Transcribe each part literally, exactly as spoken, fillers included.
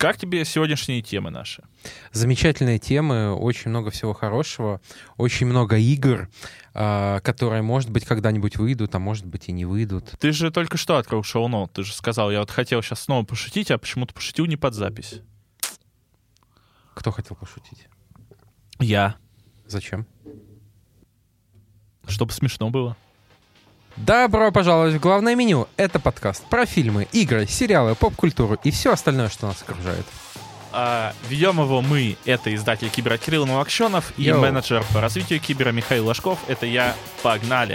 как тебе сегодняшние темы наши? Замечательные темы, очень много всего хорошего, очень много игр, которые, может быть, когда-нибудь выйдут, а может быть и не выйдут. Ты же только что открыл шоу-ноут, ты же сказал, я вот хотел сейчас снова пошутить, а почему-то пошутил не под запись. Кто хотел пошутить? Я. Зачем? Чтобы смешно было. Добро пожаловать в главное меню. Это подкаст про фильмы, игры, сериалы, поп-культуру и все остальное, что нас окружает. А, ведем его мы, это издатель Кибера Кирилл Новокщенов и Йоу. менеджер по развитию Кибера Михаил Ложков. Это я. Погнали!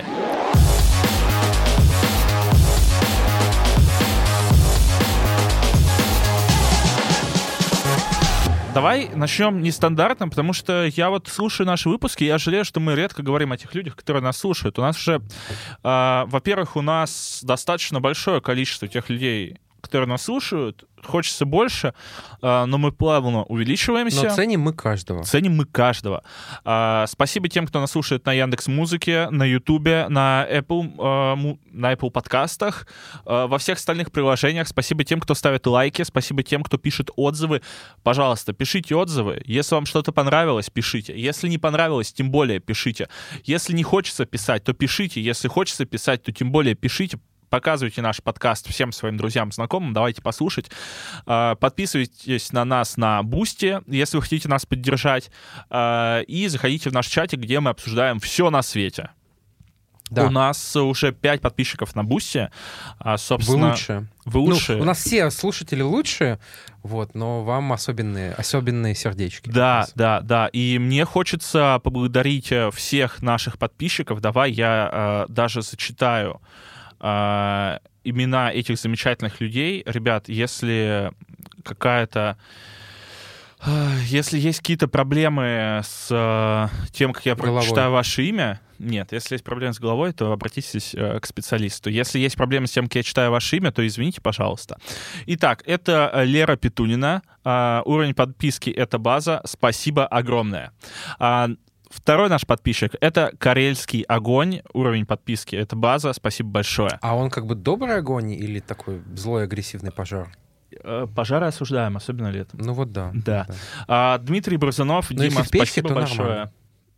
Давай начнем нестандартно, потому что я вот слушаю наши выпуски, и я жалею, что мы редко говорим о тех людях, которые нас слушают. У нас уже, э, во-первых, у нас достаточно большое количество тех людей, которые нас слушают. Хочется больше, э, но мы плавно увеличиваемся. Но ценим мы каждого. Ценим мы каждого. Э, спасибо тем, кто нас слушает на Яндекс.Музыке, на Ютубе, на Apple, э, му, на Apple подкастах, э, во всех остальных приложениях. Спасибо тем, кто ставит лайки. Спасибо тем, кто пишет отзывы. Пожалуйста, пишите отзывы. Если вам что-то понравилось, пишите. Если не понравилось, тем более пишите. Если не хочется писать, то пишите. Если хочется писать, то тем более пишите. Показывайте наш подкаст всем своим друзьям, знакомым, давайте послушать. Подписывайтесь на нас на Бусти, если вы хотите нас поддержать, и заходите в наш чатик, где мы обсуждаем все на свете. Да. У нас уже пять подписчиков на Бусти. Собственно, вы лучшие. Вы лучшие. Ну, у нас все слушатели лучшие, вот, но вам особенные, особенные сердечки. Да, да, да. И мне хочется поблагодарить всех наших подписчиков. Давай я э, даже зачитаю Uh, имена этих замечательных людей. Ребят, если какая-то... Uh, если есть какие-то проблемы с uh, тем, как я головой. прочитаю ваше имя... Нет, если есть проблемы с головой, то обратитесь uh, к специалисту. Если есть проблемы с тем, как я читаю ваше имя, то извините, пожалуйста. Итак, это Лера Петунина. Uh, уровень подписки — это база. Спасибо огромное. Uh, Второй наш подписчик — это Карельский огонь, уровень подписки — это база, спасибо большое. А он как бы добрый огонь или такой злой агрессивный пожар? Пожары осуждаем, особенно летом. Ну вот да. Да. да. А, Дмитрий Борзунов, но Дима, печке, спасибо большое. Нормально.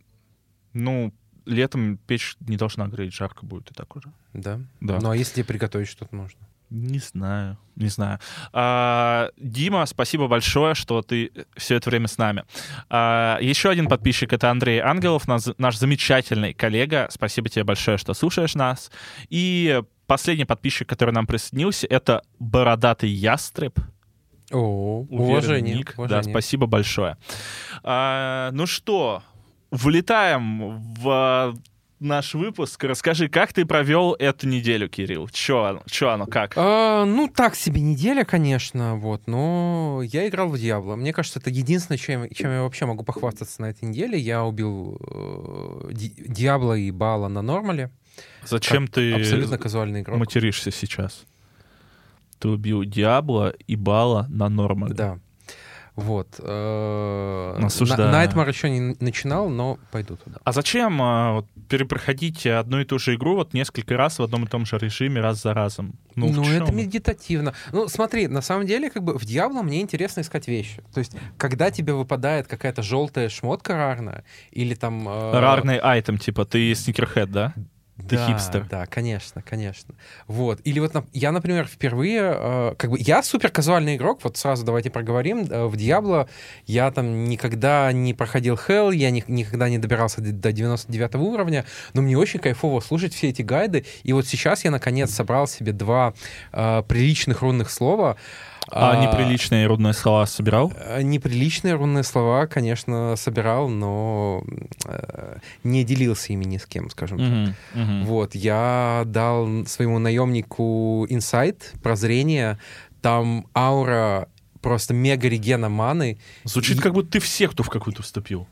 Ну, летом печь не должна греть, жарко будет и так уже. Да? Да. Ну а если тебе приготовить что-то нужно? Не знаю, не знаю. А, Дима, спасибо большое, что ты все это время с нами. А, еще один подписчик — это Андрей Ангелов, наш, наш замечательный коллега. Спасибо тебе большое, что слушаешь нас. И последний подписчик, который нам присоединился, это Бородатый Ястреб. О, уважение, ник. уважение. Да, спасибо большое. А, ну что, влетаем в наш выпуск. Расскажи, как ты провел эту неделю, Кирилл? Чё, чё оно, как? А, ну, так себе неделя, конечно, вот, но я играл в Диабло. Мне кажется, это единственное, чем, чем я вообще могу похвастаться на этой неделе. Я убил э, Диабло и Баала на нормале. Зачем ты абсолютно казуальный игрок. материшься сейчас? Ты убил Диабло и Баала на нормале. Да. Вот. Осуждаю. Найтмар еще не начинал, но пойду туда. А зачем а, перепроходить одну и ту же игру вот несколько раз в одном и том же режиме, раз за разом? Ну, ну это медитативно. Ну, смотри, на самом деле, как бы в Диабло мне интересно искать вещи. То есть, когда тебе выпадает какая-то желтая шмотка рарная, или там... Э... Рарный айтем, типа, ты сникерхед, да? Ты да, хипстер. Да, конечно, конечно. Вот. Или вот я, например, впервые... Э, как бы я супер казуальный игрок, вот сразу давайте проговорим. Э, в Diablo я там никогда не проходил Hell, я ни, никогда не добирался до, до девяносто девятого уровня, но мне очень кайфово слушать все эти гайды. И вот сейчас я, наконец, собрал себе два э, приличных рунных слова. А, а неприличные рунные слова собирал? Неприличные рунные слова, конечно, собирал, но э, не делился ими ни с кем, скажем uh-huh, так. Uh-huh. Вот, я дал своему наемнику инсайт, прозрение, там аура просто мега регена маны. Звучит, и... как будто ты в секту в какую-то вступил.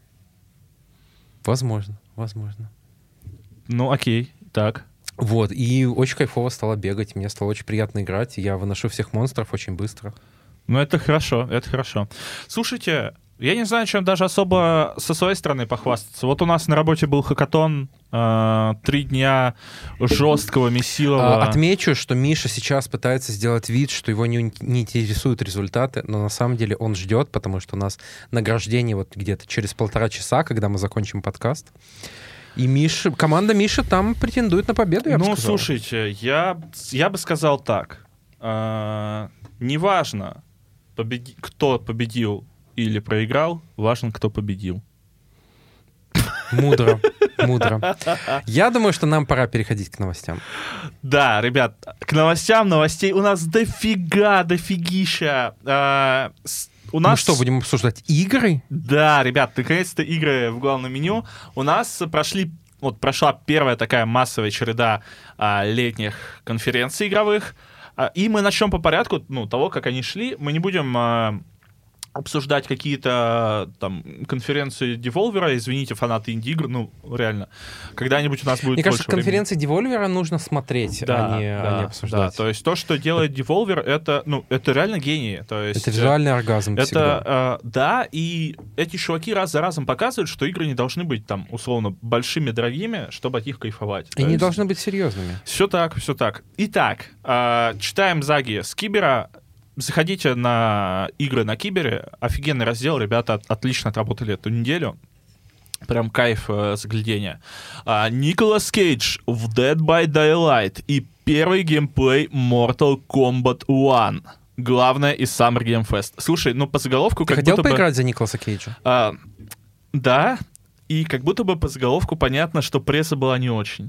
Возможно, возможно. Ну, окей, так. Вот, и очень кайфово стало бегать, мне стало очень приятно играть, я выношу всех монстров очень быстро. Ну, это хорошо, это хорошо. Слушайте, Я не знаю, чем даже особо со своей стороны похвастаться. Вот у нас на работе был хакатон, э, три дня жесткого, месилого. Отмечу, что Миша сейчас пытается сделать вид, что его не, не интересуют результаты, но на самом деле он ждет, потому что у нас награждение вот где-то через полтора часа, когда мы закончим подкаст. И Миша, команда Миши там претендует на победу, я бы Ну, сказал. слушайте, я, я бы сказал так. Э, неважно, победи, кто победил или проиграл, важно, кто победил. Мудро, мудро. Я думаю, что нам пора переходить к новостям. Да, ребят, к новостям, новостей у нас дофига, дофигища. А, с, у нас... Мы что, будем обсуждать игры? Да, ребят, наконец-то игры в главном меню. У нас прошли, вот прошла первая такая массовая череда а, летних конференций игровых. А, и мы начнем по порядку, ну, того, как они шли. Мы не будем... А, обсуждать какие-то там конференции Devolver, извините, фанаты инди-игр, ну, реально, когда-нибудь у нас будет Мне кажется, больше конференции Devolver нужно смотреть, да, а, не, да, а не обсуждать. Да, то есть то, что делает Devolver, это, ну, это реально гении. То есть, это визуальный оргазм это, всегда. Э, да, и эти чуваки раз за разом показывают, что игры не должны быть там, условно, большими, дорогими, чтобы от них кайфовать. И не должны быть серьезными. Все так, все так. Итак, э, читаем заги с Кибера. Заходите на игры на Кибере. Офигенный раздел. Ребята от, отлично отработали эту неделю. Прям кайф э, заглядения. А, Николас Кейдж в Dead by Daylight и первый геймплей Mortal Kombat один. Главное из Summer Game Fest. Слушай, ну по заголовку... Ты как хотел будто поиграть бы, за Николаса Кейджа? А, да, и как будто бы по заголовку понятно, что пресса была не очень.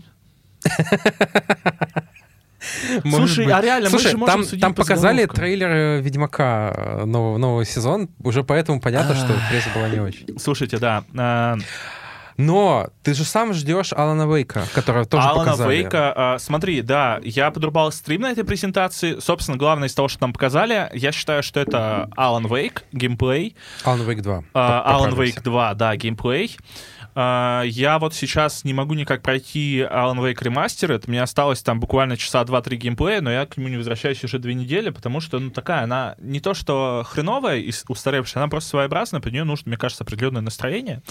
Слушай, а реально, Слушай, мы же можем там, судить там по показали заголовкам. трейлер Ведьмака нового, нового сезона, уже поэтому понятно, что пресса была не очень. Слушайте, да. А... Но ты же сам ждешь Алана Вейка, которого тоже Алана показали. Вейка, а, смотри, да, я подрубал стрим на этой презентации. Собственно, главное из того, что нам показали, я считаю, что это Алан Вейк, геймплей. Алан Вейк два. Алан Вейк два, да, геймплей. Uh, я вот сейчас не могу никак пройти Alan Wake Remastered. Мне осталось там буквально часа два-три геймплея, но я к нему не возвращаюсь уже две недели, потому что, ну, такая, она не то что хреновая и устаревшая, она просто своеобразная, под нее нужно, мне кажется, определенное настроение.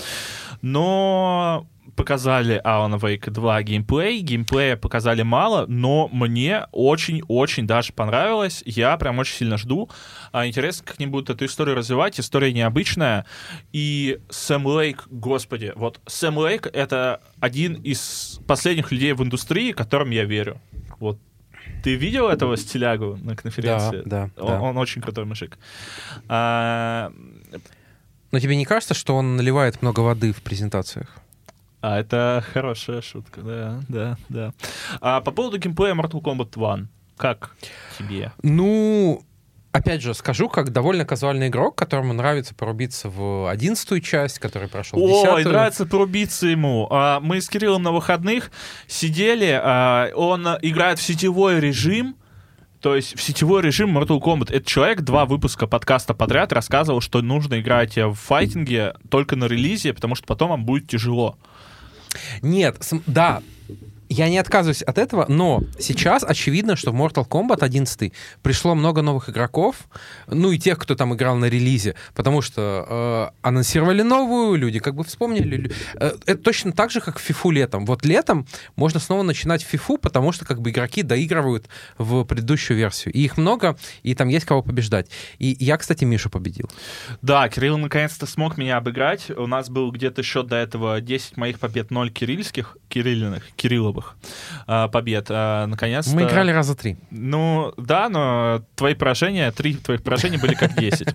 Но показали Alan Wake два геймплей, геймплея показали мало, но мне очень-очень даже понравилось. Я прям очень сильно жду. А, интересно, как они будут эту историю развивать. История необычная. И Сэм Лейк, господи, вот Сэм Лейк — это один из последних людей в индустрии, которым я верю. Вот. Ты видел этого стилягу на конференции? Да, да. Он, да. он очень крутой мужик. А... Но тебе не кажется, что он наливает много воды в презентациях? А, это хорошая шутка, да, да, да. А по поводу геймплея Mortal Kombat один, как тебе? Ну, опять же, скажу, как довольно казуальный игрок, которому нравится порубиться в одиннадцатую часть, который прошел в десятую. Ой, нравится порубиться ему. А, мы с Кириллом на выходных сидели, а, он играет в сетевой режим, то есть в сетевой режим Mortal Kombat. Этот человек два выпуска подкаста подряд рассказывал, что нужно играть в файтинге только на релизе, потому что потом вам будет тяжело. Нет, да, я не отказываюсь от этого, но сейчас очевидно, что в Mortal Kombat одиннадцать пришло много новых игроков, ну и тех, кто там играл на релизе, потому что э, анонсировали новую, люди как бы вспомнили. Э, это точно так же, как в FIFA летом. Вот летом можно снова начинать FIFA, потому что как бы игроки доигрывают в предыдущую версию. И их много, и там есть кого побеждать. И я, кстати, Мишу победил. Да, Кирилл наконец-то смог меня обыграть. У нас был где-то счет до этого десять моих побед, ноль кириллских, кириллиных, кирилловых побед. Наконец-то... Мы играли раза три. Ну, да, но твои поражения, три твоих поражения были как десять.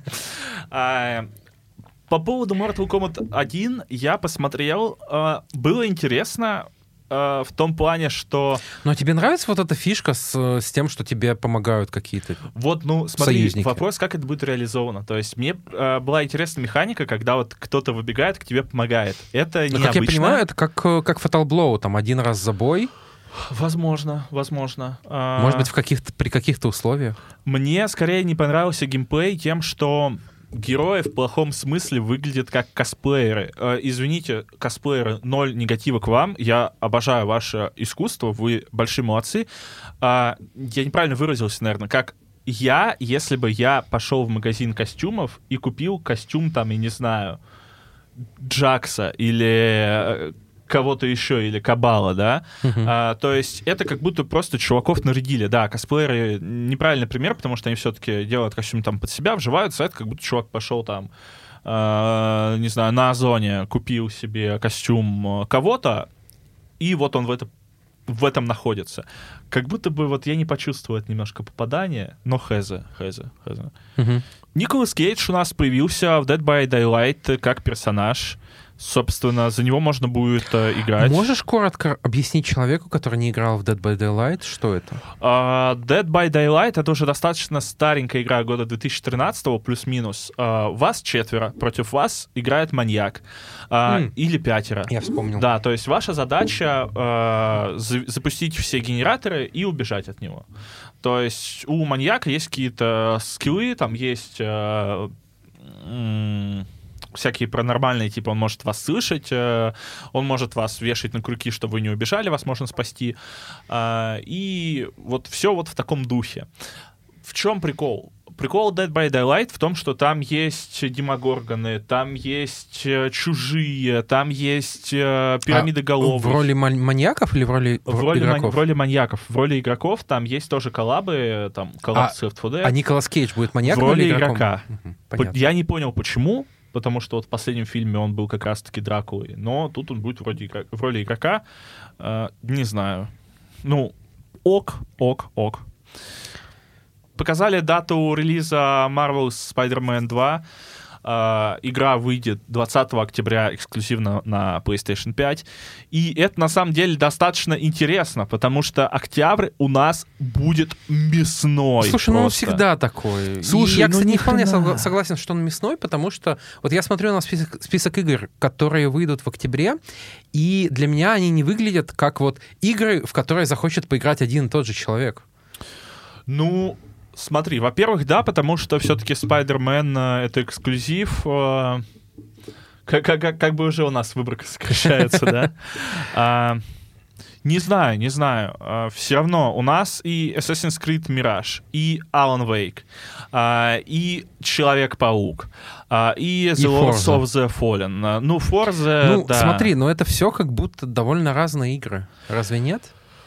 По поводу Mortal Kombat один я посмотрел. Было интересно в том плане, что... Но тебе нравится вот эта фишка с, с тем, что тебе помогают какие-то Вот, ну, смотри, союзники? Вопрос, как это будет реализовано. То есть мне э, была интересная механика, когда вот кто-то выбегает, к тебе помогает. Это Но, необычно. как я понимаю, это как, как Fatal Blow, там один раз за бой. Возможно, возможно. Может быть, в каких-то, при каких-то условиях. Мне скорее не понравился геймплей тем, что герои в плохом смысле выглядят как косплееры. Э, извините, косплееры, ноль негатива к вам. Я обожаю ваше искусство, вы большие молодцы. Э, я неправильно выразился, наверное, как я, если бы я пошел в магазин костюмов и купил костюм, там, я не знаю, Джакса или кого-то еще, или Кабала, да, uh-huh. а, то есть это как будто просто чуваков нарядили. Да, косплееры — неправильный пример, потому что они все-таки делают костюм там под себя, вживаются, это как будто чувак пошел там, а, не знаю, на Озоне, купил себе костюм кого-то, и вот он в, это, в этом находится. Как будто бы вот я не почувствовал это немножко попадание, но хэзэ, хэзэ, хэзэ. Uh-huh. Николас Кейдж у нас появился в Dead by Daylight как персонаж. Собственно, за него можно будет uh, играть. Можешь коротко объяснить человеку, который не играл в Dead by Daylight, что это? Uh, Dead by Daylight — это уже достаточно старенькая игра года две тысячи тринадцатого, плюс-минус. Uh, вас четверо, против вас играет маньяк. Uh, mm. Или пятеро. Я вспомнил. Да, то есть ваша задача uh, за- запустить все генераторы и убежать от него. То есть у маньяка есть какие-то скиллы, там есть... Uh, м- всякие паранормальные, типа он может вас слышать, э, он может вас вешать на крюки, чтобы вы не убежали, вас можно спасти. Э, и вот все вот в таком духе. В чем прикол? Прикол Dead by Daylight в том, что там есть демогоргоны, там есть э, чужие, там есть э, пирамиды голов. В роли ман- маньяков или в роли, в роли игроков? Ман- в роли маньяков. В роли игроков там есть тоже коллабы, там коллаб с Left фор Dead. А Николас Кейдж будет маньяком в роли или игроком? игрока. Угу, Я не понял, почему, потому что вот в последнем фильме он был как раз-таки Дракулой, но тут он будет вроде игра... в роли игрока. Э, не знаю. Ну, ок, ок, ок. Показали дату релиза Marvel's Spider-Man два. Uh, игра выйдет двадцатого октября эксклюзивно на PlayStation пять. И это на самом деле достаточно интересно, потому что октябрь у нас будет мясной. Слушай, просто. ну он всегда такой. Слушай, и я, ну кстати, не вполне хрена. согласен, что он мясной, потому что вот я смотрю на список, список игр, которые выйдут в октябре, и для меня они не выглядят как вот игры, в которые захочет поиграть один и тот же человек. Ну... Смотри, во-первых, да, потому что все-таки Spider-Man — это эксклюзив. Э, как, как, как бы уже у нас выборка сокращается, да? А, не знаю, не знаю. А, все равно у нас и Assassin's Creed Mirage, и Alan Wake, а, и Человек-паук, а, и The Lords of the Fallen. Ну, Forza, ну, да. смотри, но это все как будто довольно разные игры. Разве нет?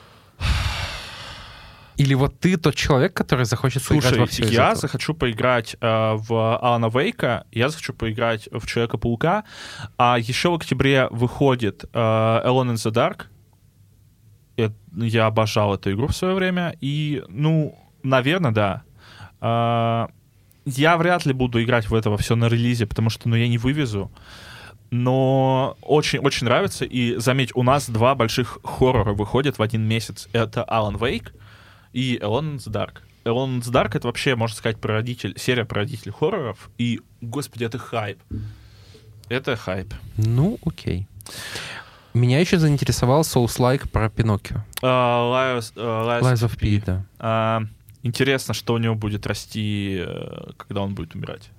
Или вот ты тот человек, который захочет Слушай, поиграть во все из я этого? захочу поиграть э, в Алана Вейка, я захочу поиграть в Человека-паука, а еще в октябре выходит э, Alone in the Dark. Это, я обожал эту игру в свое время, и, ну, наверное, да. Э, я вряд ли буду играть в это все на релизе, потому что, ну, я не вывезу. Но очень-очень нравится, и, заметь, у нас два больших хоррора выходят в один месяц. Это Alan Wake и Alone in the Dark. Alone in the Dark — это вообще, можно сказать, прародитель, серия прародителей хорроров. И, господи, это хайп. Это хайп. Ну, окей. Меня еще заинтересовал Souls-like про Пиноккио. Uh, Lies, uh, Lies, Lies of P, да. Uh, интересно, что у него будет расти, когда он будет умирать.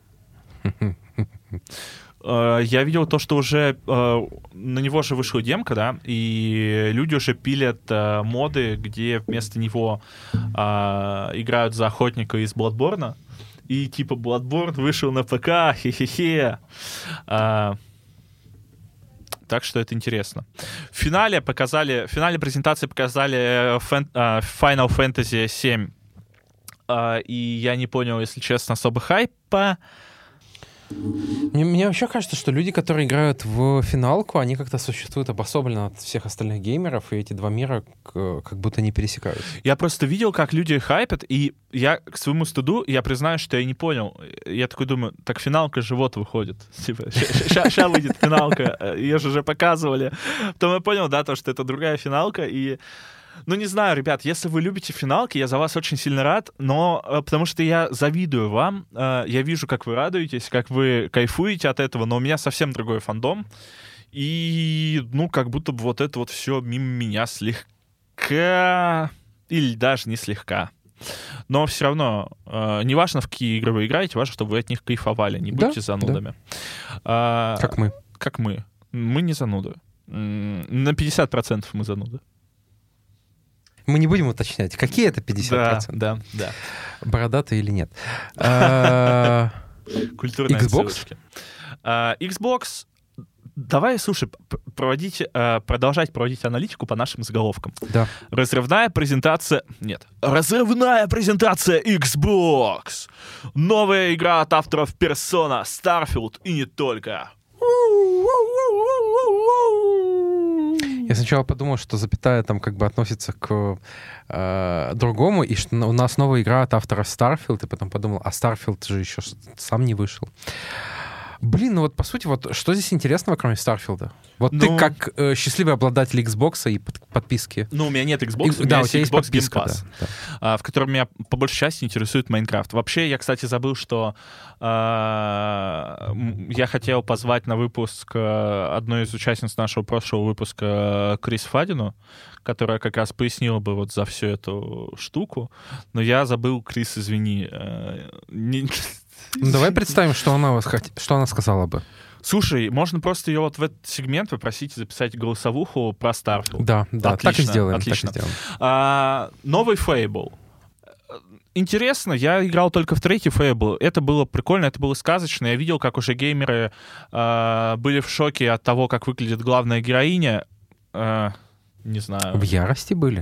Uh, я видел то, что уже uh, на него же вышла демка, да, и люди уже пилят uh, моды, где вместо него uh, играют за охотника из Bloodborne, и типа Bloodborne вышел на ПК, хе-хе-хе. Uh, так что это интересно. В финале показали, в финале презентации показали фэн, uh, Final Fantasy семь, uh, и я не понял, если честно, особо хайпа. Мне, мне вообще кажется, что люди, которые играют в финалку, они как-то существуют обособленно от всех остальных геймеров, и эти два мира к, как будто не пересекаются. Я просто видел, как люди хайпят, и я к своему стыду, я признаюсь, что я не понял. Я такой думаю, так финалка же вот выходит. Типа, ща выйдет финалка, ее же уже показывали. Потом я понял, да, то, что это другая финалка, и... Ну, не знаю, ребят, если вы любите финалки, я за вас очень сильно рад, но потому что я завидую вам, я вижу, как вы радуетесь, как вы кайфуете от этого, но у меня совсем другой фандом, и, ну, как будто бы вот это вот все мимо меня слегка, или даже не слегка. Но все равно, не важно, в какие игры вы играете, важно, чтобы вы от них кайфовали, не будьте да, занудами. Да. Как мы. Как мы. Мы не зануды. На пятьдесят процентов мы зануды. Мы не будем уточнять, какие это пятьдесят процентов. Да, да, да. Бородатые или нет. А, Культурные Xbox? отсылочки. А, Xbox... Давай, слушай, проводить, продолжать проводить аналитику по нашим заголовкам. Да. Разрывная презентация... Нет. Разрывная презентация Xbox! Новая игра от авторов Persona, Starfield и не только. Я сначала подумал, что запятая там как бы относится к э, другому, и что у нас новая игра от автора Starfield, и потом подумал, а Starfield же еще сам не вышел. Блин, ну вот по сути, вот что здесь интересного, кроме Старфилда? Вот ну, ты как э, счастливый обладатель Xbox и под, подписки. Ну, у меня нет Xbox, и, у меня да, есть у тебя Xbox есть подписка, Game Pass, да, да. А, в котором меня по большей части интересует Майнкрафт. Вообще, я, кстати, забыл, что а, я хотел позвать на выпуск одной из участниц нашего прошлого выпуска Крис Фадину, которая как раз пояснила бы вот за всю эту штуку, но я забыл, Крис, извини. А, не... Ну, давай представим, что она, что она сказала бы. Слушай, можно просто ее вот в этот сегмент попросить записать голосовуху про Starfield. Да, да, отлично, так и сделаем. Отлично. Так и сделаем. А, новый Fable. Интересно, я играл только в третий Fable. Это было прикольно, это было сказочно. Я видел, как уже геймеры а, были в шоке от того, как выглядит главная героиня. А, не знаю. В ярости были?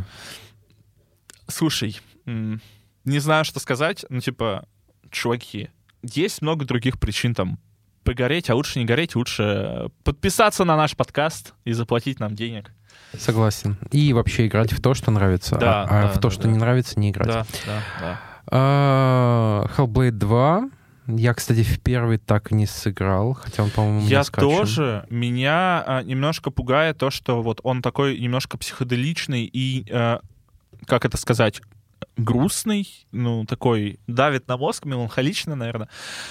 Слушай, м- не знаю, что сказать. Ну, типа, чуваки, есть много других причин там погореть, а лучше не гореть, лучше подписаться на наш подкаст и заплатить нам денег. Согласен. И вообще играть в то, что нравится, да, а, да, а в то, да, что да. не нравится, не играть. Да, да, да. А, Hellblade два. Я, кстати, в первый так и не сыграл, хотя он, по-моему, Я не скачан. тоже. Меня а, немножко пугает то, что вот он такой немножко психоделичный и, а, как это сказать, грустный, ну, такой, давит на мозг, меланхолично, наверное.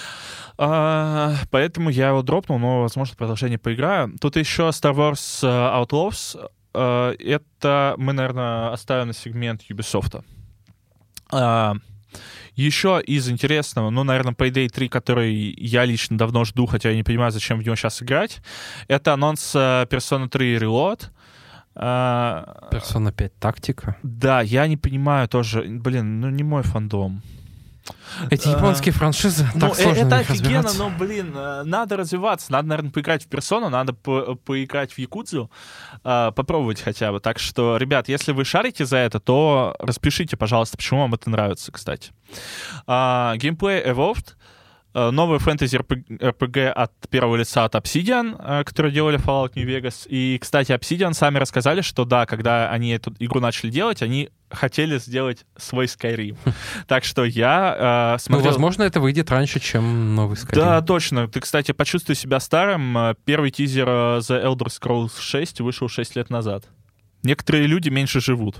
А, поэтому я его дропнул, но, возможно, в продолжение поиграю. Тут еще Star Wars Outlaws. А, это мы, наверное, оставим на сегмент Ubisoft. А, еще из интересного, ну, наверное, Payday три, который я лично давно жду, хотя я не понимаю, зачем в него сейчас играть, это анонс Persona три Reload. Persona пять Тактика. Да, я не понимаю тоже. Блин, ну не мой фандом. Эти японские а, франшизы, так ну, сложно это в них офигенно, разбираться. но, блин, надо развиваться. Надо, наверное, поиграть в Персону, надо по поиграть в Якудзу, э, попробовать хотя бы. Так что, ребят, если вы шарите за это, то распишите, пожалуйста, почему вам это нравится, кстати. А, геймплей Evolved. Новый фэнтези эр пи джи от первого лица от Obsidian, которые делали Fallout New Vegas. И, кстати, Obsidian сами рассказали, что да, когда они эту игру начали делать, они хотели сделать свой Skyrim. Так что я э, смотрел... Ну, возможно, это выйдет раньше, чем новый Skyrim. Да, точно. Ты, кстати, почувствуй себя старым. Первый тизер The Elder Scrolls шесть вышел шесть лет назад. Некоторые люди меньше живут.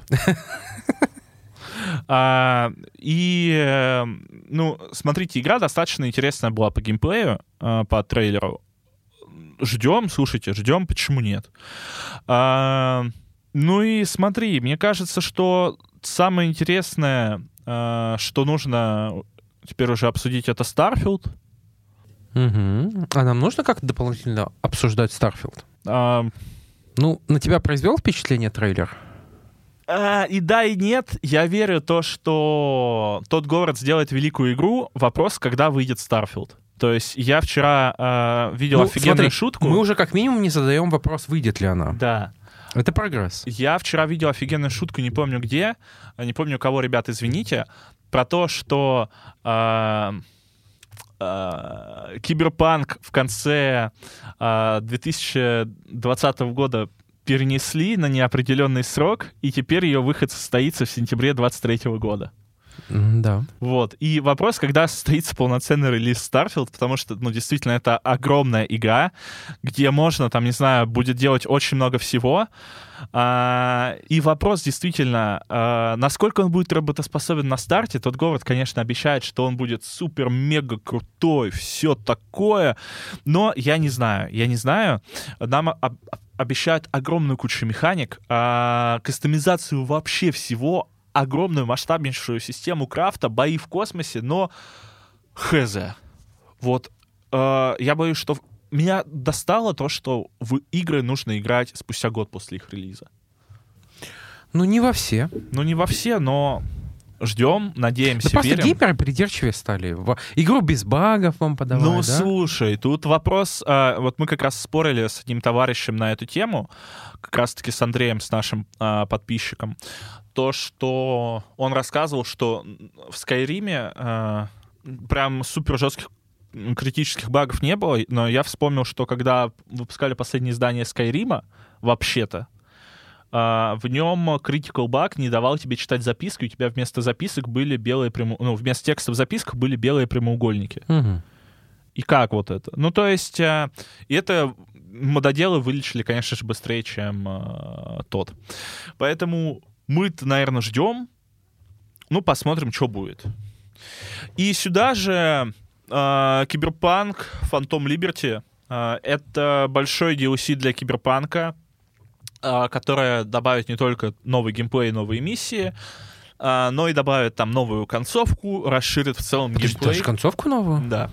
А, и, ну, смотрите, игра достаточно интересная была по геймплею, а, по трейлеру. Ждем, слушайте, ждем, почему нет. А, ну и смотри, мне кажется, что самое интересное, а, что нужно теперь уже обсудить, это Starfield. Угу. А нам нужно как-то дополнительно обсуждать Starfield? А, ну, на тебя произвел впечатление трейлер? Uh, и да, и нет. Я верю в то, что тот город сделает великую игру. Вопрос, когда выйдет Starfield. То есть я вчера uh, видел ну, офигенную смотри, шутку. Мы уже как минимум не задаем вопрос, выйдет ли она. Да. Это прогресс. Я вчера видел офигенную шутку, не помню где, не помню кого, ребят, извините, про то, что uh, uh, Киберпанк в конце uh, две тысячи двадцатого года перенесли на неопределенный срок, и теперь ее выход состоится в сентябре двадцать третьего года. Да. Вот. И вопрос, когда состоится полноценный релиз Starfield, потому что, ну, действительно, это огромная игра, где можно, там, не знаю, будет делать очень много всего. А, и вопрос, действительно, а, насколько он будет работоспособен на старте. Тот город, конечно, обещает, что он будет супер-мега крутой, все такое, но я не знаю, я не знаю. Нам об- обещают огромную кучу механик, а, кастомизацию вообще всего, огромную масштабнейшую систему крафта, бои в космосе, но хз. Вот э, я боюсь, что меня достало то, что в игры нужно играть спустя год после их релиза. Ну, не во все. Ну, не во все, но ждем, надеемся, да просто верим. геймеры придирчивее стали. В игру без багов вам подавали, Ну, да? слушай, тут вопрос... А, вот мы как раз спорили с одним товарищем на эту тему, как раз-таки с Андреем, с нашим а, подписчиком, то, что он рассказывал, что в Скайриме а, прям супер жестких критических багов не было, но я вспомнил, что когда выпускали последнее издание Скайрима, вообще-то, Uh, в нем critical bug не давал тебе читать записки, у тебя вместо записок были белые прямо... ну, вместо текста в записках были белые прямоугольники. Угу. И как вот это? Ну, то есть, uh, и это мододелы вылечили, конечно же, быстрее, чем uh, тот. Поэтому мы-то, наверное, ждем, ну, посмотрим, что будет. И сюда же uh, Киберпанк, Phantom Liberty, uh, это большой ди эл си для Киберпанка, которая добавит не только новый геймплей, новые миссии, но и добавит там новую концовку, расширит в целом Подожди, геймплей. даже концовку новую? Да.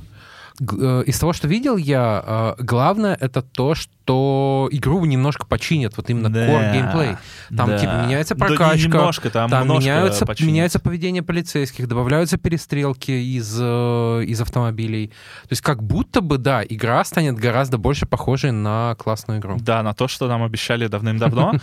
Из того, что видел я, главное это то, что игру немножко починят, вот именно да, core геймплей. Там да. типа меняется Да прокачка, немножко, там там меняются, меняется починят. поведение полицейских, добавляются перестрелки из, из автомобилей. То есть как будто бы, да, игра станет гораздо больше похожей на классную игру. Да, на то, что нам обещали давным-давно.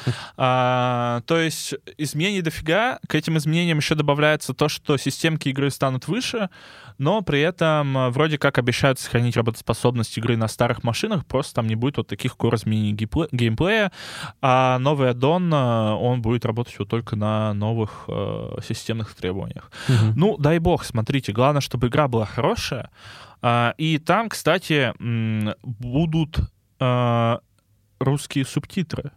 а, то есть изменений дофига. К этим изменениям еще добавляется то, что системки игры станут выше, но при этом вроде как обещают сохранить работоспособность игры на старых машинах, просто там не будет вот таких core изменений геймплея, а новый аддон, он будет работать вот только на новых э, системных требованиях. Угу. Ну, дай бог, смотрите, главное, чтобы игра была хорошая, э, и там, кстати, м, будут э, русские субтитры.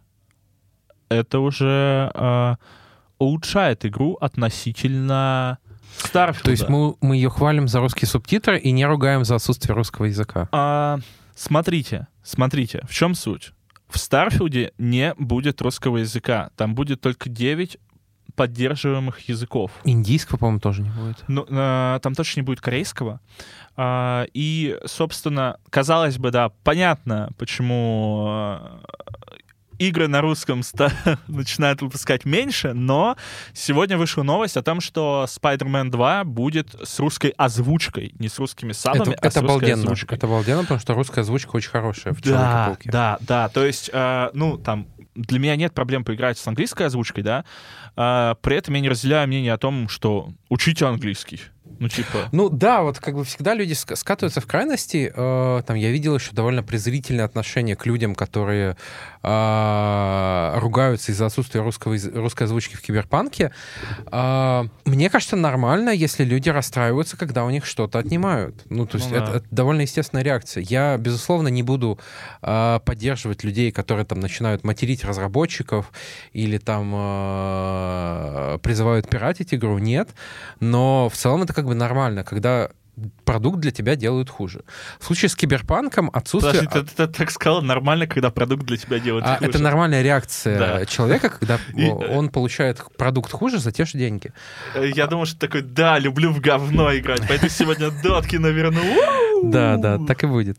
Это уже э, улучшает игру относительно Starfield. То есть мы, мы ее хвалим за русские субтитры и не ругаем за отсутствие русского языка. А, смотрите, смотрите, в чем суть? В Starfield не будет русского языка. Там будет только девять поддерживаемых языков. Индийского, по-моему, тоже не будет. Ну, а, там точно не будет корейского. А, и, собственно, казалось бы, да, понятно, почему а, игры на русском ста- начинают выпускать меньше, но сегодня вышла новость о том, что Spider-Man два будет с русской озвучкой, не с русскими сабами, это, а это с русской обалденно. озвучкой. Это обалденно, потому что русская озвучка очень хорошая в Да, Человеке-пауке. да, да. То есть, э, ну, там, для меня нет проблем поиграть с английской озвучкой, да. Э, при этом я не разделяю мнение о том, что учите английский. Ну, типа... Ну да, вот как бы всегда люди ска- скатываются в крайности. Э, там я видел еще довольно презрительное отношение к людям, которые э, ругаются из-за отсутствия русского, из- русской озвучки в Киберпанке. Э, мне кажется, нормально, если люди расстраиваются, когда у них что-то отнимают. Ну, то есть Ну, это, да. это довольно естественная реакция. Я, безусловно, не буду э, поддерживать людей, которые там начинают материть разработчиков или там э, призывают пиратить игру. Нет. Но в целом это как бы нормально, когда продукт для тебя делают хуже. В случае с Киберпанком отсутствие... Подожди, ты, ты, ты так сказал, нормально, когда продукт для тебя делает А, хуже. это нормальная реакция Да. человека, когда И- он получает продукт хуже за те же деньги. Я думаю, что такой, да, люблю в говно играть, поэтому сегодня дотки наверну. Да, да, так и будет.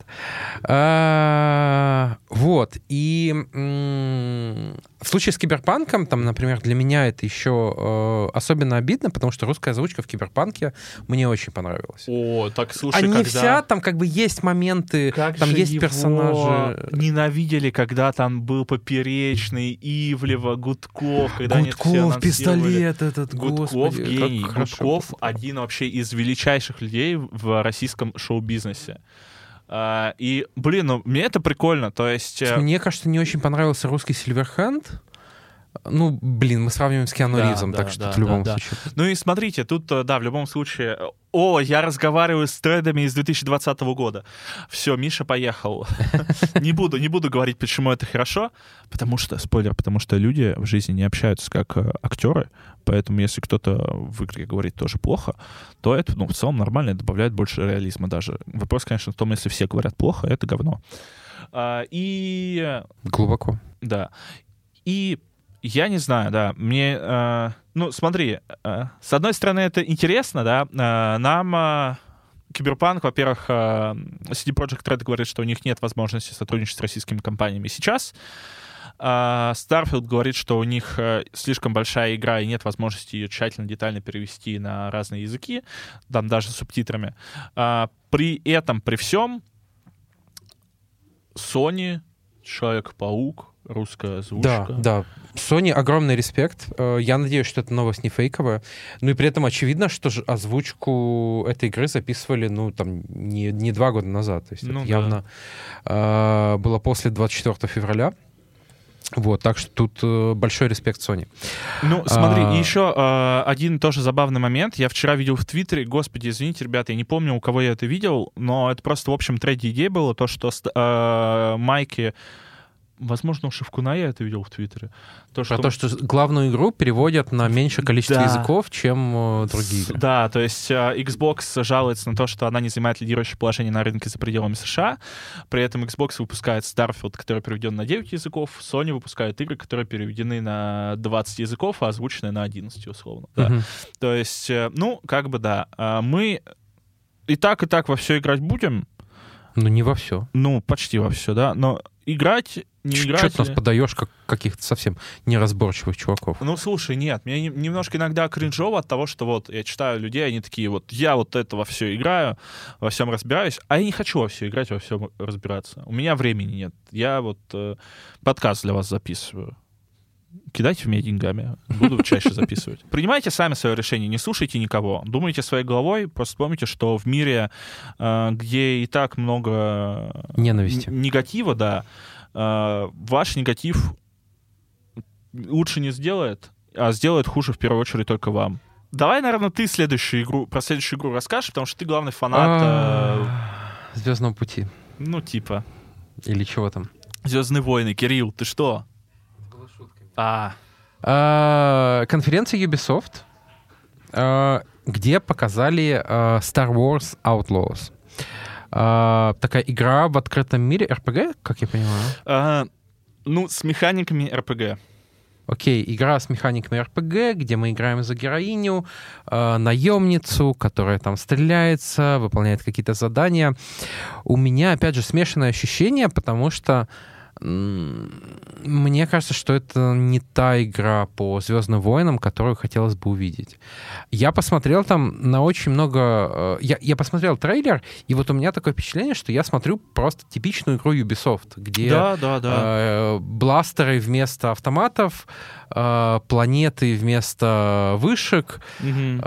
А, Вот. И м, в случае с Киберпанком, там, например, для меня это еще э, особенно обидно, потому что русская озвучка в Киберпанке мне очень понравилась. О, так слушай, А не когда... вся, там как бы есть моменты, Как там же есть его персонажи. ненавидели, когда там был Поперечный, Ивлева, Гудков, когда они это все Гудков, анонсировали. пистолет этот, Гудков господи, как гений. хорошо. Гудков один вообще из величайших людей в российском шоу-бизнесе. А, и, блин, ну мне это прикольно. То есть... э, Мне кажется, не очень понравился русский Сильверхенд. Ну, блин, мы сравниваем с Киану Да, Ривзом, да, так что да, в любом да, да. случае. Ну и смотрите, тут, э, да, в любом случае... О, я разговариваю с тредами из две тысячи двадцатого года. Все, Миша поехал. Не буду, не буду говорить, почему это хорошо, потому что, спойлер, потому что люди в жизни не общаются как э, актеры, поэтому если кто-то в игре говорит тоже плохо, то это, ну, в целом нормально, это добавляет больше реализма даже. Вопрос, конечно, в том, если все говорят плохо, это говно. А, И... Глубоко. Да. И я не знаю, да, мне, э, ну, смотри, э, с одной стороны, это интересно, да, э, нам э, Киберпанк, во-первых, э, си ди Projekt Red говорит, что у них нет возможности сотрудничать с российскими компаниями сейчас, А, Starfield говорит, что у них слишком большая игра и нет возможности ее тщательно, детально перевести на разные языки, там даже с субтитрами. А, при этом, при всем, Sony, Человек-паук, русская озвучка. Да, да. Sony огромный респект. Я надеюсь, что эта новость не фейковая. Ну и при этом очевидно, что же озвучку этой игры записывали, ну, там, не, не два года назад. То есть ну, это да. явно э, было после двадцать четвёртого февраля. Вот, так что тут э, большой респект Sony. Ну, смотри, А... еще э, один тоже забавный момент. Я вчера видел в Твиттере, господи, извините, ребята, я не помню, у кого я это видел, но это просто, в общем, тренде идей было, то, что э, майки... Возможно, у Шевкуна я это видел в Твиттере. То, Про что... то, что главную игру переводят на меньшее количество да. языков, чем э, другие игры. Да, то есть э, Xbox жалуется на то, что она не занимает лидирующее положение на рынке за пределами США. При этом Xbox выпускает Starfield, который переведен на девять языков. Sony выпускает игры, которые переведены на двадцать языков, а озвучены на одиннадцать, условно. Да. Uh-huh. То есть, э, ну, как бы да. Э, мы и так, и так во все играть будем. Ну, не во все. Ну, почти во все, да. Но играть... Не играть. Что ты нас подаешь, как каких-то совсем неразборчивых чуваков? Ну, слушай, нет, мне немножко иногда кринжово от того, что вот я читаю людей, они такие вот, я вот это во все играю, во всем разбираюсь, а я не хочу во все играть, во всем разбираться. У меня времени нет. Я вот э, подкаст для вас записываю. Кидайте в меня деньгами, буду чаще записывать. Принимайте сами свое решение, не слушайте никого. Думайте своей головой, просто помните, что в мире, э, где и так много ненависти, негатива, да, Uh, ваш негатив лучше не сделает, а сделает хуже в первую очередь только вам. Давай, наверное, ты следующую игру, про следующую игру расскажешь, потому что ты главный фанат... Uh... Звездного пути. Ну, типа. Или чего там? Звездные войны. Кирилл, ты что? А. Uh, конференция Ubisoft, uh, где показали uh, Star Wars Outlaws. Uh, такая игра в открытом мире, эр пи джи, как я понимаю? Uh, ну, с механиками эр пи джи. Окей, okay, игра с механиками эр пи джи, где мы играем за героиню, uh, наемницу, которая там стреляется, выполняет какие-то задания. У меня, опять же, смешанное ощущение, потому что мне кажется, что это не та игра по «Звездным войнам», которую хотелось бы увидеть. Я посмотрел там на очень много... Я, я посмотрел трейлер, и вот у меня такое впечатление, что я смотрю просто типичную игру Ubisoft, где да, да, да. Э, бластеры вместо автоматов, э, планеты вместо вышек. Mm-hmm.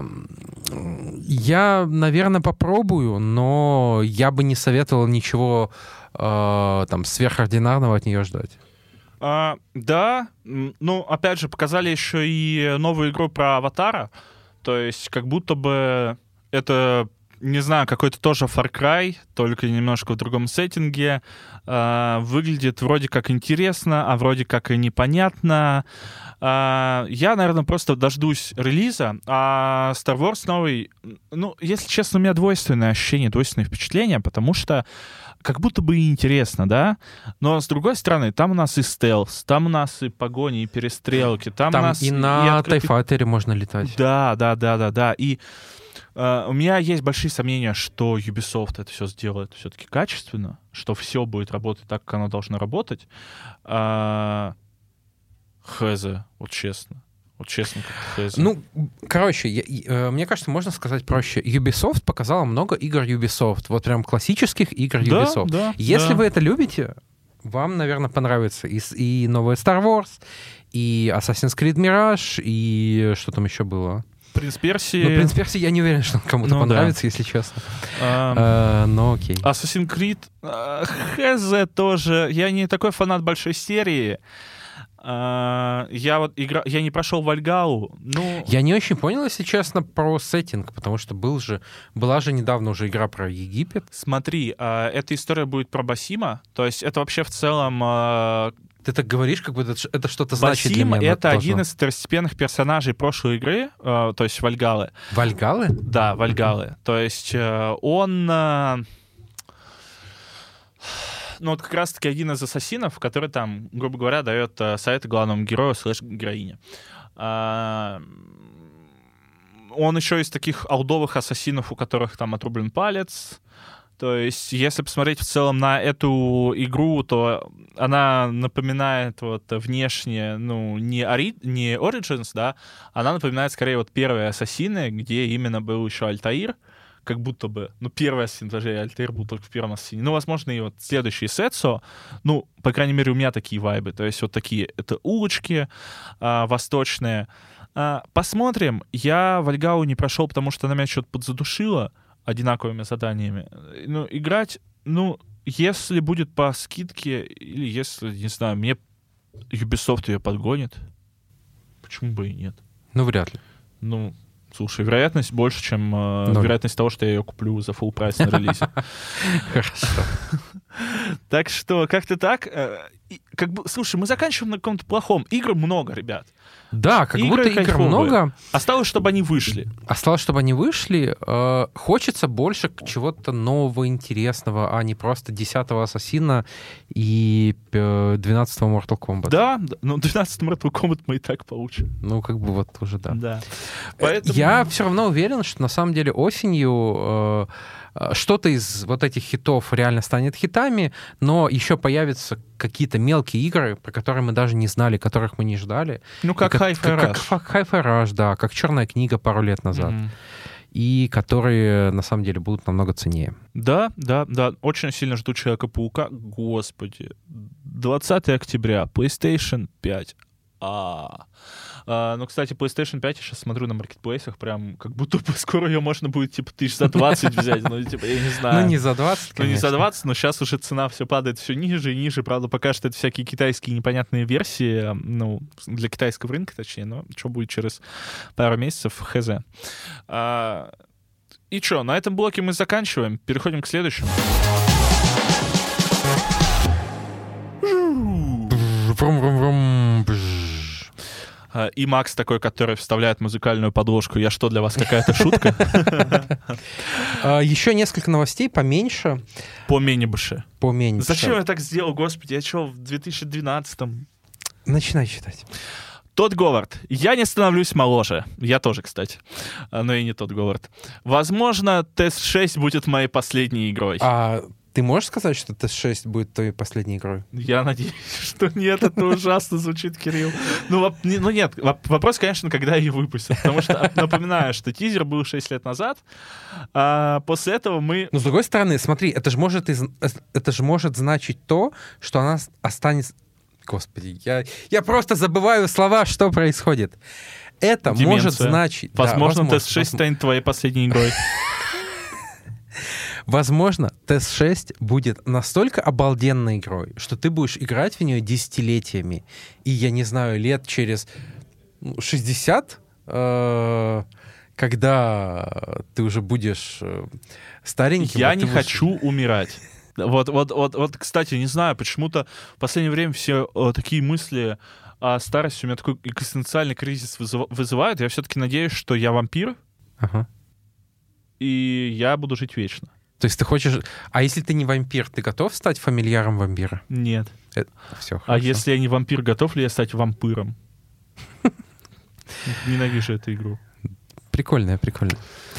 Э, я, наверное, попробую, но я бы не советовал ничего... там, сверхординарного от нее ждать. А, да, ну, опять же, показали еще и новую игру про Аватара, то есть как будто бы это, не знаю, какой-то тоже Far Cry, только немножко в другом сеттинге, а, выглядит вроде как интересно, а вроде как и непонятно. А, я, наверное, просто дождусь релиза, а Star Wars новый, ну, если честно, у меня двойственное ощущение, двойственное впечатление, потому что как будто бы и интересно, да? Но, с другой стороны, там у нас и стелс, там у нас и погони, и перестрелки, там, там у нас... и на Тайфайтере можно летать. Да, да, да, да, да. И э, у меня есть большие сомнения, что Ubisoft это все сделает все-таки качественно, что все будет работать так, как оно должно работать. А... Хз, вот честно. Вот честно, как хз. Ну, короче, я, я, мне кажется, можно сказать проще. Ubisoft показала много игр Ubisoft. Вот прям классических игр Ubisoft. Да, да, Если да. вы это любите, вам, наверное, понравится и, и новая Star Wars, и Assassin's Creed Mirage, и что там еще было? Принц Персии. Ну, Принц Персии я не уверен, что кому-то ну, понравится, да. если честно. Um, uh, но окей. Assassin's Creed, uh, хз тоже. Я не такой фанат большой серии. Uh, я вот игра... я не прошел Вальгалу, ну... Я не очень понял, если честно, про сеттинг, потому что был же... была же недавно уже игра про Египет. Смотри, uh, эта история будет про Басима, то есть это вообще в целом... Uh... Ты так говоришь, как будто это что-то значит для меня. Басим — это должно. один из второстепенных персонажей прошлой игры, uh, то есть Вальгалы. Вальгалы? Да, Вальгалы. То есть uh, он... Uh... Ну, вот как раз-таки один из ассасинов, который там, грубо говоря, дает э, советы главному герою слэш-героине. А, он еще из таких олдовых ассасинов, у которых там отрублен палец, То есть, если посмотреть в целом на эту игру, то она напоминает вот внешне, ну, не, Ори... не Origins, да, она напоминает скорее вот первые Ассасины, где именно был еще Альтаир, как будто бы, ну, первый Ассасин, даже Альтаир был только в первом Ассасине. Ну, возможно, и вот следующий Сетсо, ну, по крайней мере, у меня такие вайбы, то есть вот такие, это улочки а, восточные. А, посмотрим. Я Вальгалу не прошел, потому что она меня что-то подзадушила одинаковыми заданиями. Ну, играть, ну, если будет по скидке, или если, не знаю, мне Ubisoft ее подгонит, почему бы и нет? Ну, вряд ли. Ну, слушай, вероятность больше, чем э, вероятность того, что я ее куплю за full прайс на релизе. Хорошо. Так что как-то так. Как бы, слушай, мы заканчиваем на каком-то плохом. Игр много, ребят. Да, как будто игр много. Осталось, чтобы они вышли. Осталось, чтобы они вышли. Э, хочется больше чего-то нового, интересного, а не просто десятого Ассасина и двенадцатого Mortal Kombat. Да, но двенадцатый Mortal Kombat мы и так получим. Ну, как бы вот уже да. Да. Поэтому... Я все равно уверен, что на самом деле осенью э, что-то из вот этих хитов реально станет хитами, но еще появятся какие-то мелкие игры, про которые мы даже не знали, которых мы не ждали. Ну, как Hi-Fi Rush. Как Hi-Fi Rush, да, как «Черная книга» пару лет назад. Mm-hmm. И которые, на самом деле, будут намного ценнее. Да, да, да. Очень сильно жду Человека-паука. Господи. двадцатого октября. PlayStation пять. А, а, ну, кстати, PlayStation пять я сейчас смотрю на маркетплейсах, прям как будто бы скоро ее можно будет, типа, тысяч за двадцать взять, ну, типа, я не знаю. Ну, не за двадцать, конечно. Ну, не за двадцать, но сейчас уже цена все падает все ниже и ниже, правда, пока что это всякие китайские непонятные версии, ну, для китайского рынка, точнее, но что будет через пару месяцев, хз. А, и что, на этом блоке мы заканчиваем, переходим к следующему. Врум-врум-врум. И Макс такой, который вставляет музыкальную подложку. Я что, для вас какая-то шутка? Еще несколько новостей, поменьше. Поменьше. Поменьше. Зачем я так сделал, господи? Я что, в две тысячи двенадцатом? Начинай читать. Тодд Говард. Я не становлюсь моложе. Я тоже, кстати. Но и не Тодд Говард. Возможно, Т эс шесть будет моей последней игрой. А... Ты можешь сказать, что Т эс шесть будет твоей последней игрой? Я надеюсь, что нет, это ужасно звучит, Кирилл. Ну, воп, ну нет, вопрос, конечно, когда ее выпустят. Потому что, напоминаю, что тизер был шесть лет назад, а после этого мы... Но с другой стороны, смотри, это же может, из... это же может значить то, что она останется... Господи, я, я просто забываю слова, что происходит. Это Деменция. Может значить... Возможно, да, возможно, Т эс шесть возможно. Станет твоей последней игрой. Возможно, Т эс шесть будет настолько обалденной игрой, что ты будешь играть в нее десятилетиями. И, я не знаю, лет через шестьдесят, э, когда ты уже будешь стареньким... Я вот не будешь... хочу умирать. Вот, вот, вот, вот, кстати, не знаю, почему-то в последнее время все э, такие мысли о старости у меня такой экзистенциальный кризис вызыв... вызывают. Я все-таки надеюсь, что я вампир, ага. и я буду жить вечно. То есть ты хочешь... А если ты не вампир, ты готов стать фамильяром вампира? Нет. Это... Все, а если я не вампир, готов ли я стать вампиром? Ненавижу эту игру. Прикольная, прикольная.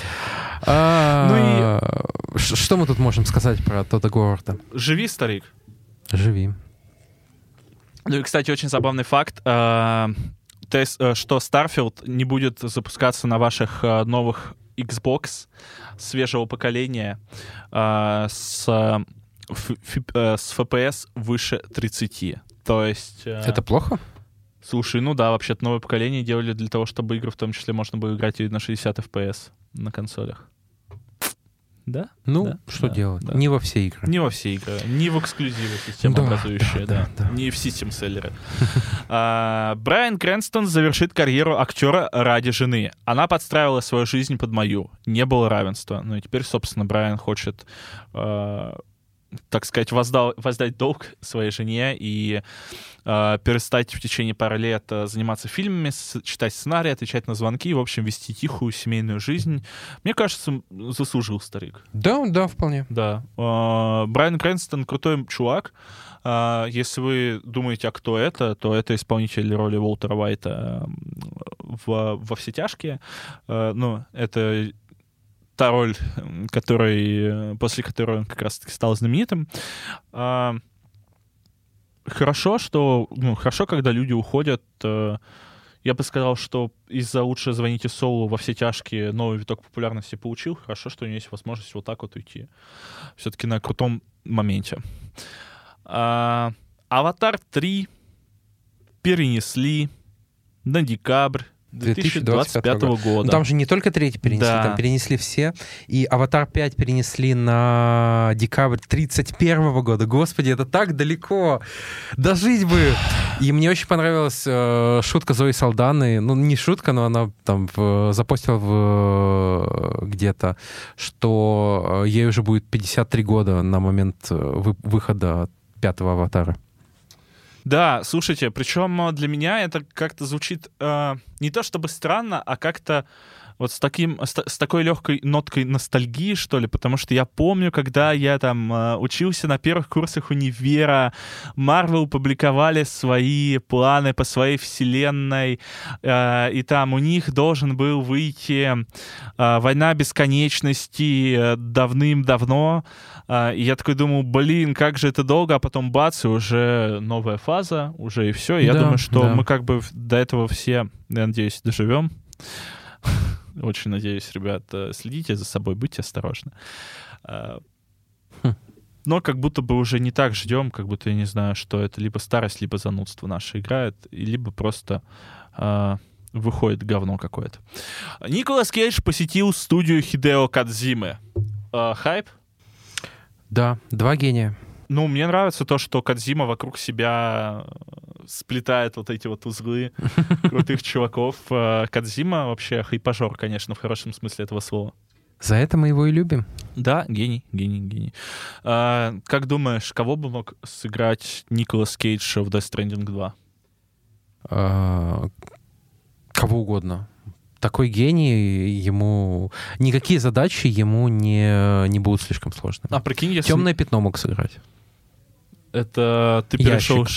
Ну и... Что мы тут можем сказать про Тодда Говарда? Живи, старик. Живи. Ну и, кстати, очень забавный факт, что Starfield не будет запускаться на ваших новых Xbox свежего поколения э, с, ф, ф, э, с эф пи эс выше тридцати. То есть... Э, Это плохо? Слушай, ну да, вообще-то новое поколение делали для того, чтобы игры в том числе можно было играть и на шестьдесят эф пи эс на консолях. Да? Ну, да? что да, делать? Да. Не во все игры. Не во все игры. Не в эксклюзивы системообразующие, да, да, да, да. Не в систем-селлеры. а, Брайан Крэнстон завершит карьеру актера ради жены. Она подстраивала свою жизнь под мою. Не было равенства. Ну и теперь, собственно, Брайан хочет, э, так сказать, воздал, воздать долг своей жене и э, перестать в течение пары лет заниматься фильмами, с, читать сценарии, отвечать на звонки, в общем, вести тихую семейную жизнь. Мне кажется, заслужил старик. Да, да, вполне. Да. Э, Брайан Крэнстон крутой чувак. Э, если вы думаете, а кто это, то это исполнитель роли Уолтера Уайта в, во «Все тяжкие». Э, ну, это та роль, который, после которой он как раз-таки стал знаменитым. А, хорошо, что, ну, хорошо, когда люди уходят. Я бы сказал, что из-за «Лучше звоните Солу» во все тяжкие новый виток популярности получил. Хорошо, что у него есть возможность вот так вот уйти. Все-таки на крутом моменте. А, «Аватар три» перенесли на декабрь две тысячи двадцать пятого года. Ну, там же не только третий перенесли, да. Там перенесли все. И «Аватар пять» перенесли на декабрь тридцать первого года. Господи, это так далеко. Дожить бы. И мне очень понравилась э, шутка Зои Салданы. Ну, не шутка, но она там в, запостила в, где-то, что ей уже будет пятьдесят три года на момент вы, выхода пятого «Аватара». Да, слушайте, причем для меня это как-то звучит э, не то чтобы странно, а как-то вот с, таким, с, с такой легкой ноткой ностальгии, что ли, потому что я помню, когда я там э, учился на первых курсах универа, Marvel публиковали свои планы по своей вселенной, э, и там у них должен был выйти э, «Война бесконечности» давным-давно, э, и я такой думал, блин, как же это долго, а потом бац, и уже новая фаза, уже и все. Я да, думаю, что да. мы как бы до этого все, я надеюсь, доживем. Очень надеюсь, ребят, следите за собой, будьте осторожны. Но как будто бы уже не так ждем, как будто, я не знаю, что это либо старость, либо занудство наше играет, либо просто э, выходит говно какое-то. Николас Кейдж посетил студию Хидео Кодзимы. Э, хайп? Да, два гения. Ну, мне нравится то, что Кодзима вокруг себя сплетает вот эти вот узлы крутых чуваков. Кодзима вообще хайпажор, конечно, в хорошем смысле этого слова. За это мы его и любим. Да, гений, гений, гений. А, как думаешь, кого бы мог сыграть Николас Кейдж в Death Stranding два? А, кого угодно. Такой гений, ему... Никакие задачи ему не, не будут слишком сложными. А прикинь, если... «Темное пятно» мог сыграть. Это ты перешел...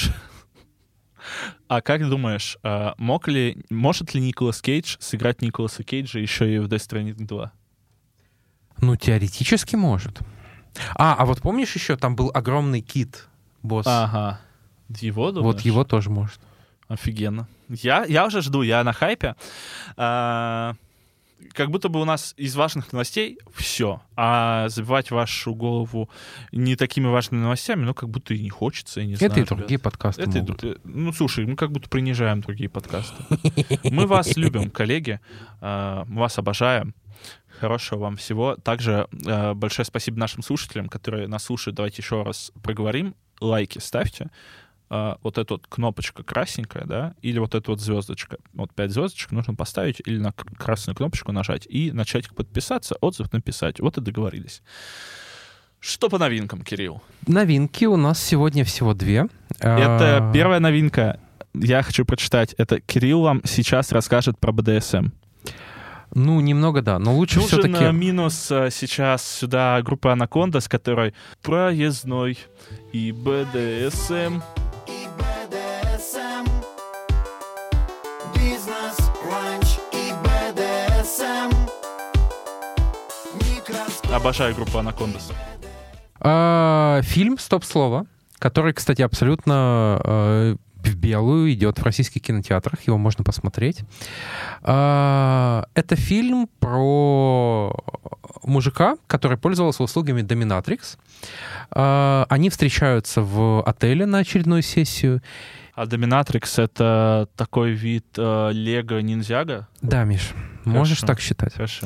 А как думаешь, мог ли, может ли Николас Кейдж сыграть Николаса Кейджа еще и в Death Stranding два? Ну, теоретически может. А, а вот помнишь еще, там был огромный кит, босс? Ага. Его, думаешь? Вот его тоже может. Офигенно. Я, я уже жду, я на хайпе. А, как будто бы у нас из важных новостей все. А забивать вашу голову не такими важными новостями, ну, как будто и не хочется, я не знаю. Это и другие ребят. подкасты Это могут. И, ну, слушай, мы как будто принижаем другие подкасты. Мы вас любим, коллеги. Мы вас обожаем. Хорошего вам всего. Также э, большое спасибо нашим слушателям, которые нас слушают. Давайте еще раз проговорим. Лайки ставьте. Э, вот эта вот кнопочка красненькая, да, или вот эта вот звездочка. Вот пять звездочек нужно поставить или на красную кнопочку нажать и начать подписаться, отзыв написать. Вот и договорились. Что по новинкам, Кирилл? Новинки у нас сегодня всего две. Это первая новинка. Я хочу прочитать. Это Кирилл вам сейчас расскажет про бэ дэ эс эм. Ну, немного, да, но лучше Нужен все-таки... минус сейчас сюда группа Анаконда, с которой проездной и бэ дэ эс эм. И бэ дэ эс эм. Бизнес, ланч и бэ дэ эс эм. Микроскоп. Обожаю группу Анакондас. А, фильм «Стоп-слово», который, кстати, абсолютно... А, в белую, идет в российских кинотеатрах, его можно посмотреть. Это фильм про мужика, который пользовался услугами Dominatrix. Они встречаются в отеле на очередную сессию. А Dominatrix — это такой вид Лего-ниндзяго? Да, Миш, можешь так считать. Хорошо.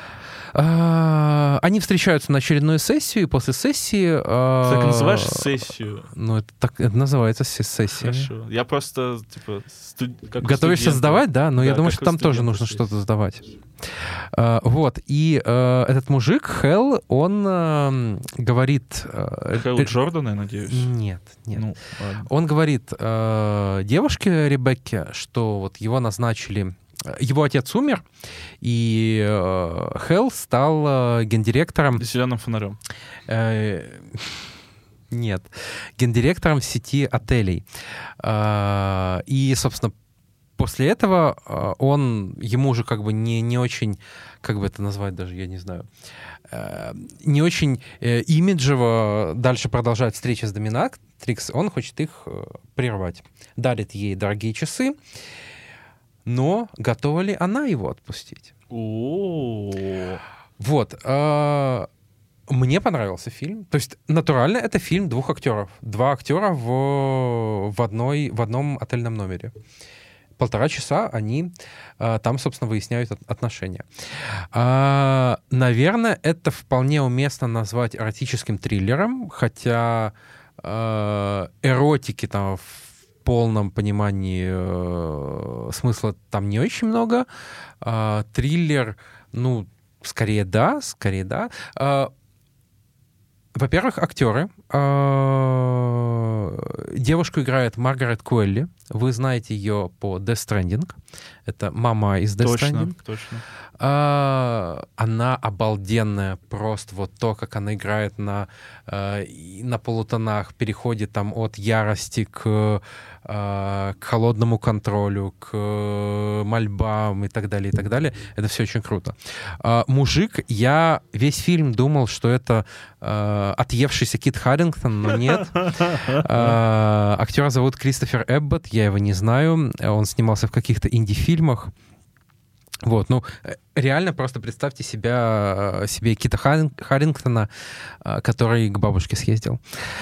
Они встречаются на очередную сессию, и после сессии... Ты так называешь сессию? Ну, это так это называется сессия. Хорошо. Я просто, типа, студ... как Готовишься студента. сдавать, да? Но да, я думаю, что там тоже нужно сессия. что-то сдавать. Uh, вот. И uh, этот мужик, Хелл, он uh, говорит... Uh, Хелл Джордан, я надеюсь? Нет, нет. Ну, он говорит uh, девушке Ребекке, что вот его назначили... Его отец умер, и э, Хелл стал э, гендиректором... Зеленым фонарем. Э, нет. Гендиректором сети отелей. Э, и, собственно, после этого э, он, ему уже как бы не, не очень, как бы это назвать даже, я не знаю, э, не очень э, имиджево дальше продолжать встречи с Доминатрикс, он хочет их э, прервать. Дарит ей дорогие часы, но готова ли она его отпустить? О-о-о. Вот. э, Мне понравился фильм. То есть, натурально, это фильм двух актеров. Два актера в, в, одной, в одном отельном номере. Полтора часа они а, там, собственно, выясняют от- отношения. А, наверное, это вполне уместно назвать эротическим триллером, хотя а, эротики там в полном понимании э, смысла там не очень много. А, триллер, ну, скорее да, скорее да. А, Во-первых, актеры. Девушку играет Маргарет Куэлли. Вы знаете ее по Death Stranding. Это мама из Death Точно, Stranding. точно. А, Она обалденная. Просто вот то, как она играет на, э, и на полутонах, переходит там от ярости к, э, к холодному контролю, к э, мольбам и так далее, и так далее. Это все очень круто. А, Мужик, я весь фильм думал, что это э, отъевшийся Кит Харингтон, но нет. А, Актера зовут Кристофер Эбботт, я его не знаю. Он снимался в каких-то инди-фильмах. Вот, ну, э, реально просто представьте себя, э, себе Кита Харин- Харингтона, э, который к бабушке съездил.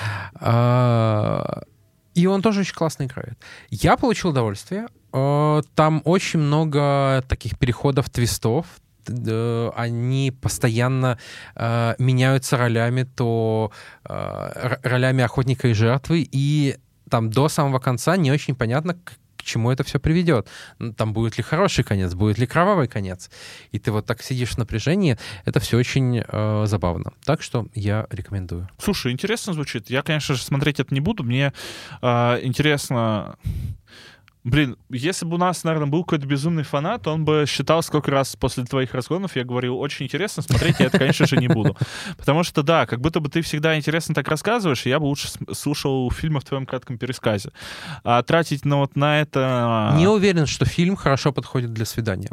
А, И он тоже очень классно играет. Я получил удовольствие. Э, Там очень много таких переходов, твистов. Т- э, Они постоянно э, меняются ролями, то э, р- ролями охотника и жертвы, и там до самого конца не очень понятно, к к чему это все приведет. Ну, там будет ли хороший конец, будет ли кровавый конец. И ты вот так сидишь в напряжении. Это все очень э, забавно. Так что я рекомендую. Слушай, интересно звучит. Я, конечно же, смотреть это не буду. Мне э, интересно... Блин, если бы у нас, наверное, был какой-то безумный фанат, он бы считал, сколько раз после твоих разгонов я говорил, очень интересно смотреть, я это, конечно же, не буду. Потому что, да, как будто бы ты всегда интересно так рассказываешь, и я бы лучше с- слушал фильмы в твоем кратком пересказе. А тратить ну, вот на это... Не уверен, что фильм хорошо подходит для свидания.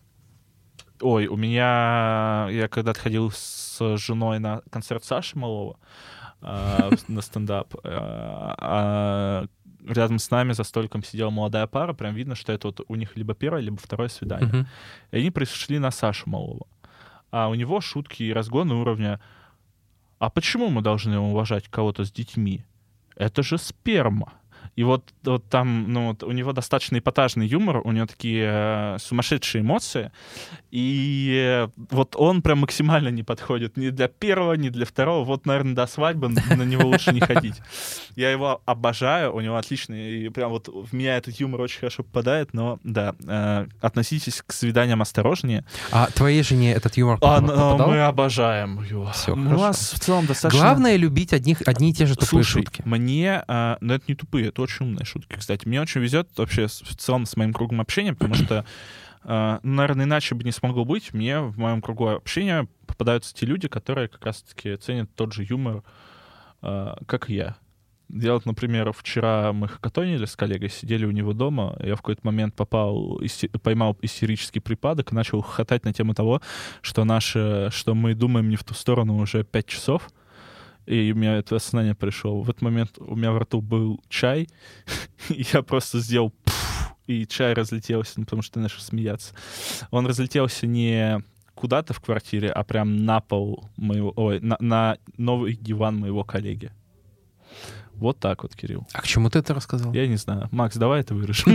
Ой, у меня... Я когда-то ходил с женой на концерт Саши Малова, а, на стендап. а, а Рядом с нами за столиком сидела молодая пара, прям видно, что это вот у них либо первое, либо второе свидание. Мгм. И они пришли на Сашу Малова. А у него шутки и разгоны уровня «А почему мы должны уважать кого-то с детьми? Это же сперма». И вот, вот там, ну, вот у него достаточно эпатажный юмор, у него такие э, сумасшедшие эмоции, и э, вот он прям максимально не подходит ни для первого, ни для второго. Вот, наверное, до свадьбы на него лучше не ходить. Я его обожаю, у него отличный, и прям вот в меня этот юмор очень хорошо попадает, но, да, э, относитесь к свиданиям осторожнее. А твоей жене этот юмор А, поп- но попадал? мы обожаем его. Всё, У хорошо. нас в целом достаточно... Главное любить одних, одни и те же тупые Слушай, шутки. мне, а, ну это не тупые, это очень умные шутки, кстати. Мне очень везет вообще с- в целом с моим кругом общения, потому что, а, ну, наверное, иначе бы не смогло быть. Мне в моем кругу общения попадаются те люди, которые как раз-таки ценят тот же юмор, а, как и я. Я вот, например, вчера мы хакатонили с коллегой, сидели у него дома, я в какой-то момент попал, исти- поймал истерический припадок и начал хохотать на тему того, что наши, что мы думаем не в ту сторону уже пять часов. И у меня это осознание пришло. В этот момент у меня в рту был чай, и я просто сделал пф, и чай разлетелся, ну, потому что ты начал смеяться. Он разлетелся не куда-то в квартире, а прям на пол моего, ой, на, на новый диван моего коллеги. Вот так вот, Кирилл. А к чему ты это рассказал? Я не знаю. Макс, давай это вырежем.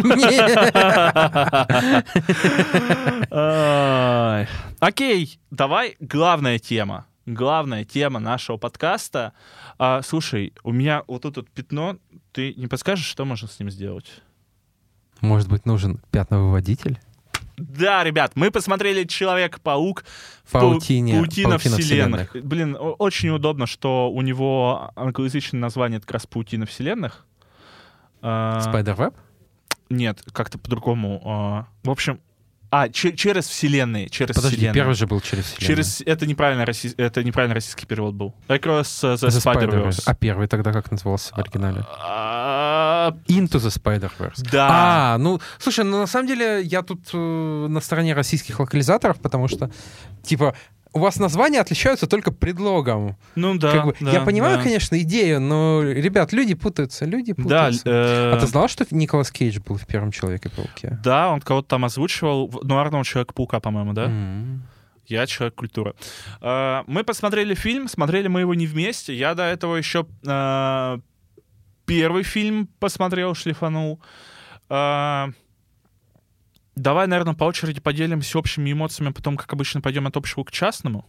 Ай. Окей, давай главная тема. Главная тема нашего подкаста. А, слушай, у меня вот тут вот пятно. Ты не подскажешь, что можно с ним сделать? Может быть, нужен пятновыводитель? Да, ребят, мы посмотрели «Человек-паук» в Паутине- пау- «Паутина паутина вселенных». вселенных. Блин, о- очень удобно, что у него англоязычное название — это как раз «Паутина вселенных». А, Spider-Web? Нет, как-то по-другому. а, В общем, а, че- через вселенные, через Подожди, вселенные. первый же был через вселенную. Через... Это неправильно, россий- это неправильно российский перевод был. Across uh, the, The Spider-Verse. Spider-Verse. А первый тогда как назывался в оригинале? А, А, Into the Spider-Verse. Да. А, ну, слушай, ну на самом деле я тут э, на стороне российских локализаторов, потому что, типа, у вас названия отличаются только предлогом. Ну да, Как бы, да, я понимаю, да. конечно, идею, но, ребят, люди путаются, люди Да, путаются. э, А ты знал, что Николас Кейдж был в первом Человеке-пауке? да, он кого-то там озвучивал, в- нуарного Человека-паука, по-моему, да? М. Я человек культуры. Э, Мы посмотрели фильм, смотрели мы его не вместе. Я до этого еще э, первый фильм посмотрел, шлифанул. Э, Давай, наверное, по очереди поделимся общими эмоциями, потом, как обычно, пойдем от общего к частному.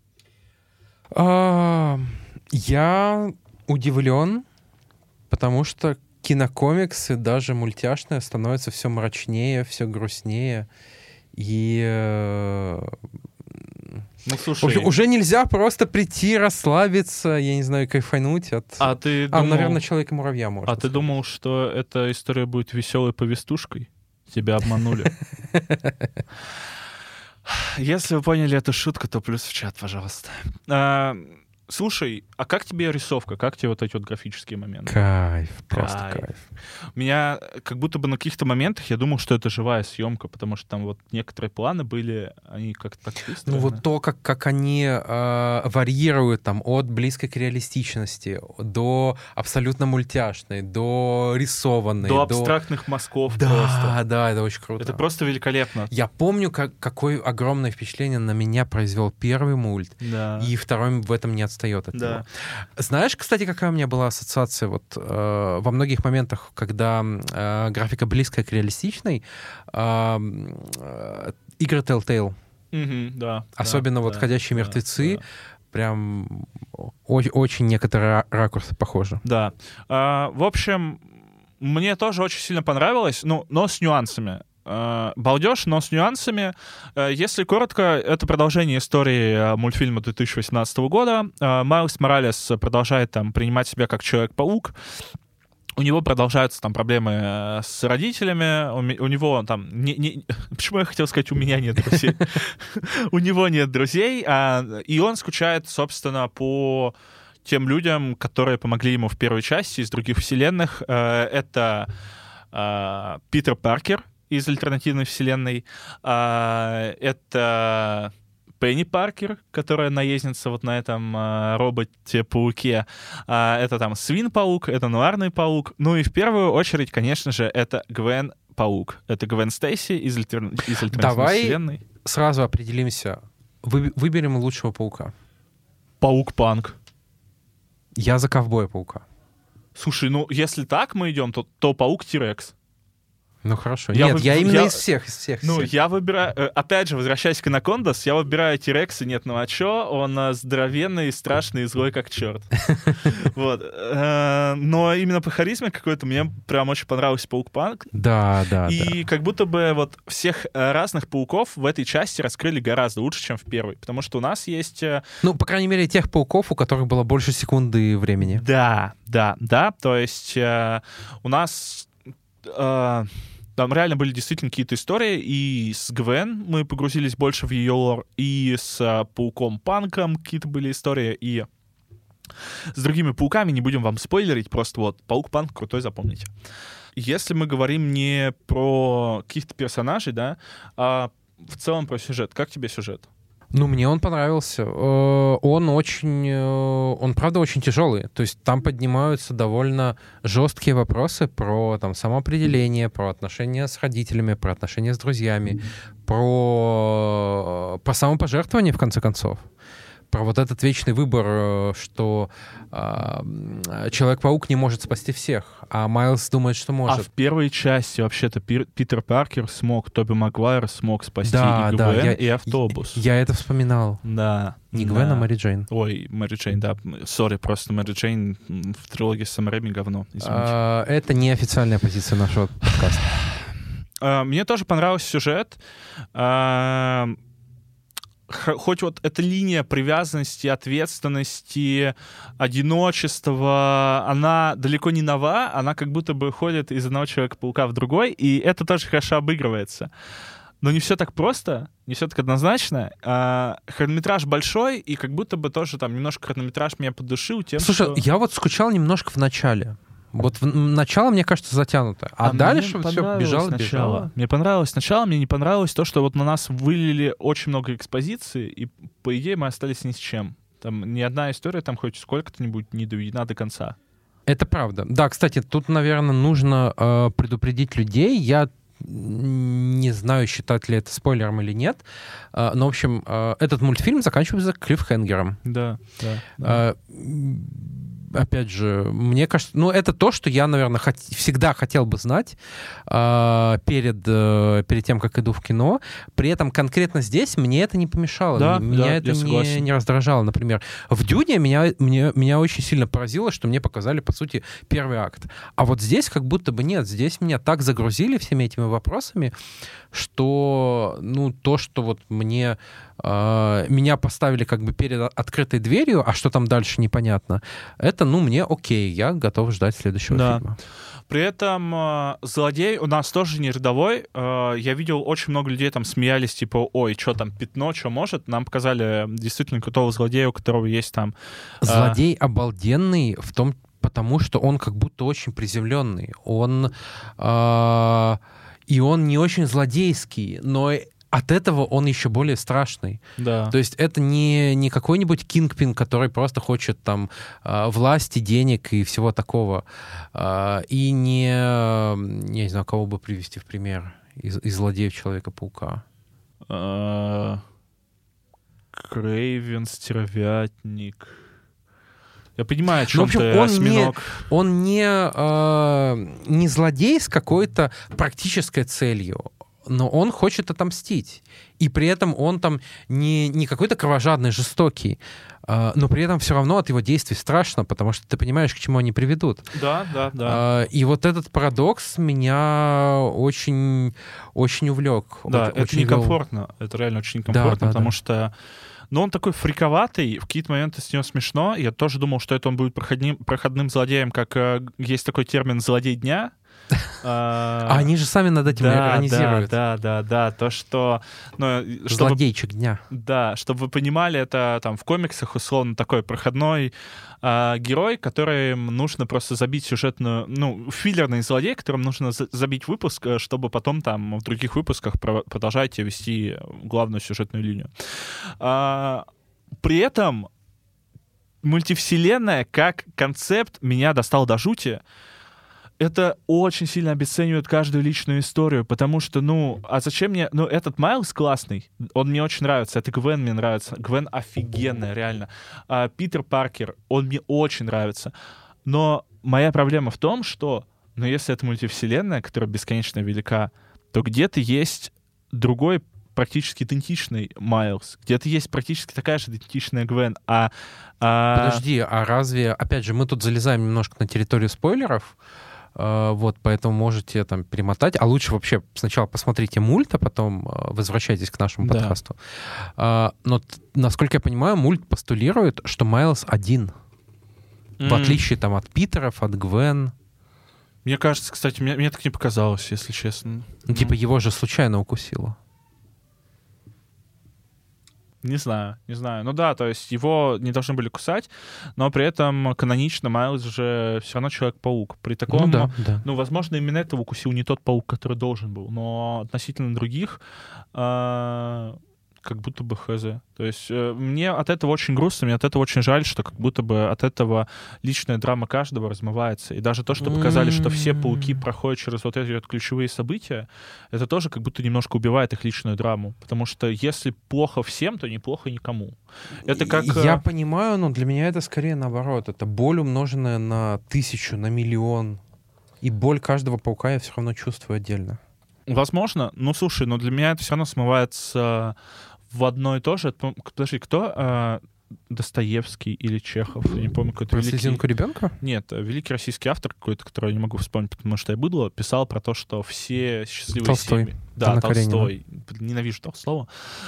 А, Я удивлен, потому что кинокомиксы, даже мультяшные, становятся все мрачнее, все грустнее. И э, Ну, в слушай, общем, уже нельзя просто прийти, расслабиться, я не знаю, кайфануть от... а ты А, думал, наверное, Человека-муравья можно а ты сказать. думал, что эта история будет веселой повестушкой? Тебя обманули. Если вы поняли эту шутку, то плюс в чат, пожалуйста. А, Слушай, а как тебе рисовка? Как тебе вот эти вот графические моменты? Кайф, просто Кайф. кайф. У меня как будто бы на каких-то моментах я думал, что это живая съемка, потому что там вот некоторые планы были, они как-то так Ну выстроены. вот то, как, как они э, варьируют там от близкой к реалистичности до абсолютно мультяшной, до рисованной, До абстрактных мазков Да, просто. да, это очень круто. Это просто великолепно. Я помню, как, какое огромное впечатление на меня произвел первый мульт, Да. и второй в этом не отстает от Да. него. Знаешь, кстати, какая у меня была ассоциация вот э, во многих моментах, когда э, графика близкая к реалистичной, э, э, игры Telltale, Мгм, да, особенно да, вот да, «Ходячие да, мертвецы», да. прям о- очень некоторые ра- ракурсы похожи. Да. А, в общем, мне тоже очень сильно понравилось, ну, но с нюансами. А, балдеж, но с нюансами. А, если коротко, это продолжение истории а, мультфильма две тысячи восемнадцатого года. А, Майлз Моралес продолжает там принимать себя как Человек-паук. У него продолжаются там проблемы э, с родителями, у, ми- у него там... Не, не- почему я хотел сказать, у меня нет друзей? У него нет друзей, а, и он скучает, собственно, по тем людям, которые помогли ему в первой части из других вселенных. Э, Это э, Питер Паркер из альтернативной вселенной, э, это Пенни Паркер, которая наездница вот на этом э, роботе-пауке. А, это там Свин-паук, это Нуарный паук. Ну и в первую очередь, конечно же, это Гвен Паук. Это Гвен Стейси из, альтер... из альтернативной Давай вселенной. Сразу определимся. Вы- выберем лучшего паука. Паук-панк. Я за ковбоя-паука. Слушай, ну если так мы идем, то, то паук Тирекс. Ну хорошо. Я Нет, вы- я именно я- из всех, из всех. из Ну, всех. я выбираю... э, Опять же, возвращаясь к Анакондас, я выбираю Тирекса. Нет, ну а чё? Он э, здоровенный, страшный и злой как черт. Вот. Э, Но именно по харизме какой-то мне прям очень понравился Паук-панк. Да, да, да. И как будто бы вот всех э, разных пауков в этой части раскрыли гораздо лучше, чем в первой. Потому что у нас есть... э, Ну, по крайней мере, тех пауков, у которых было больше секунды времени. Да, да, да. То есть э, у нас... э, Там реально были действительно какие-то истории, и с Гвен мы погрузились больше в ее лор, и с э, Пауком-панком какие-то были истории, и с другими пауками, не будем вам спойлерить, просто вот Паук-панк крутой, запомните. Если мы говорим не про каких-то персонажей, да, а в целом про сюжет. Как тебе сюжет? Ну, мне он понравился. Э, Он очень... э, Он, правда, очень тяжелый. То есть там поднимаются довольно жесткие вопросы про там, самоопределение, про отношения с родителями, про отношения с друзьями, про, про самопожертвование, в конце концов. Про вот этот вечный выбор, э, что э, Человек-паук не может спасти всех, а Майлз думает, что А может. в первой части вообще-то Пир- Питер Паркер смог, Тоби Магуайр смог спасти Да, и да, Гвен, я- и автобус. Я это вспоминал. Да. Не да. Гвен, а Мэри Джейн. Ой, Мэри Джейн, да. Сори, просто Мэри Джейн м, в трилогии с Сэм Рэйми говно. Извините. А, Это не официальная позиция нашего подкаста. А, Мне тоже понравился сюжет. А, х- Хоть вот эта линия привязанности, ответственности, одиночества, она далеко не нова, она как будто бы ходит из одного Человека-паука в другой, и это тоже хорошо обыгрывается. Но не все так просто, не все так однозначно. А, хронометраж большой, и как будто бы тоже там немножко хронометраж меня поддушил тем, Слушай, что... я вот скучал немножко в начале. Вот в, начало, мне кажется, затянуто. А, А дальше мне все понравилось бежало, начало. бежало. Мне понравилось сначала, мне не понравилось то, что вот на нас вылили очень много экспозиции, и, по идее, мы остались ни с чем. Там ни одна история там хоть сколько-то-нибудь не доведена до конца. Это правда. Да, кстати, тут, наверное, нужно э, предупредить людей. Я не знаю, считать ли это спойлером или нет. Э, но, в общем, э, этот мультфильм заканчивается клиффхенгером. Да, да. да. Э, опять же, мне кажется, ну, это то, что я, наверное, хот- всегда хотел бы знать э, перед, э, перед тем, как иду в кино. При этом конкретно здесь мне это не помешало. Да, меня да, это я не, согласен. не раздражало. Например, в «Дюне» меня, меня, меня очень сильно поразило, что мне показали, по сути, первый акт. А вот здесь как будто бы нет. Здесь меня так загрузили всеми этими вопросами, что, ну, то, что вот мне... Uh, меня поставили как бы перед открытой дверью, а что там дальше непонятно, это, ну, мне окей, я готов ждать следующего Да. фильма. При этом э, злодей у нас тоже не рядовой. Э, я видел очень много людей там смеялись, типа, ой, что там, пятно, что может. Нам показали действительно крутого злодея, у которого есть там... Э... Злодей обалденный в том, потому что он как будто очень приземленный. Он... Uh, и он не очень злодейский, но... От этого он еще более страшный. Да. То есть это не, не какой-нибудь кингпин, который просто хочет там власти, денег и всего такого. И не... Я не знаю, кого бы привести в пример из, из злодеев Человека-паука. Крейвен, Стервятник. Я понимаю, о чем ну, в общем, ты, он осьминог. Не, он не, э, не злодей с какой-то практической целью. Но он хочет отомстить. И при этом он там не, не какой-то кровожадный, жестокий, э, но при этом все равно от его действий страшно, потому что ты понимаешь, к чему они приведут. Да, да, да. Э, и вот этот парадокс меня очень, очень увлек. Да, очень, это очень некомфортно. Вел... Это реально очень некомфортно, да, потому да. что... Ну, он такой фриковатый, в какие-то моменты с него смешно. Я тоже думал, что это он будет проходным, проходным злодеем, как э, есть такой термин «злодей дня». А они же сами над этим иронизируют. Да, да, да, да. То, что... Ну, чтобы, злодейчик дня. Да, чтобы вы понимали, это там в комиксах условно такой проходной э, герой, которым нужно просто забить сюжетную... Ну, филлерный злодей, которым нужно за- забить выпуск, чтобы потом там в других выпусках про- продолжать вести главную сюжетную линию. А, при этом мультивселенная как концепт меня достал до жути. Это очень сильно обесценивает каждую личную историю, потому что, ну, а зачем мне... Ну, этот Майлз классный, он мне очень нравится, это Гвен мне нравится, Гвен офигенная, реально. А Питер Паркер, он мне очень нравится. Но моя проблема в том, что, ну, если это мультивселенная, которая бесконечно велика, то где-то есть другой практически идентичный Майлз, где-то есть практически такая же идентичная Гвен, а... а... Подожди, а разве... Опять же, мы тут залезаем немножко на территорию спойлеров, вот, поэтому можете там перемотать. А лучше вообще сначала посмотрите мульт, а потом возвращайтесь к нашему да. подкасту. Но, насколько я понимаю, мульт постулирует, что Майлз один. Mm. В отличие там от Питеров, от Гвен. Мне кажется, кстати, мне, мне так не показалось, если честно. Ну, типа его же случайно укусило. Не знаю, не знаю. Ну да, то есть его не должны были кусать, но при этом канонично Майлз же все равно Человек-паук. При таком, ну, да, да. ну, возможно, именно этого укусил не тот паук, который должен был, но относительно других э, как будто бы хз. То есть э, мне от этого очень грустно, мне от этого очень жаль, что как будто бы от этого личная драма каждого размывается. И даже то, что показали, что все пауки проходят через вот эти вот ключевые события, это тоже как будто немножко убивает их личную драму. Потому что если плохо всем, то неплохо никому. Это как... Я понимаю, но для меня это скорее наоборот. Это боль, умноженная на тысячу, на миллион. И боль каждого паука я все равно чувствую отдельно. Возможно. Ну, слушай, но для меня это все равно смывается в одно и то же. Подожди, кто? Достоевский или Чехов? Я не помню, какой-то про великий... слезинку ребенка? Нет, великий российский автор какой-то, который я не могу вспомнить, потому что я быдло, писал про то, что все счастливые Толстой. семьи... Да, Анна Толстой. Каренина. Ненавижу Толстого.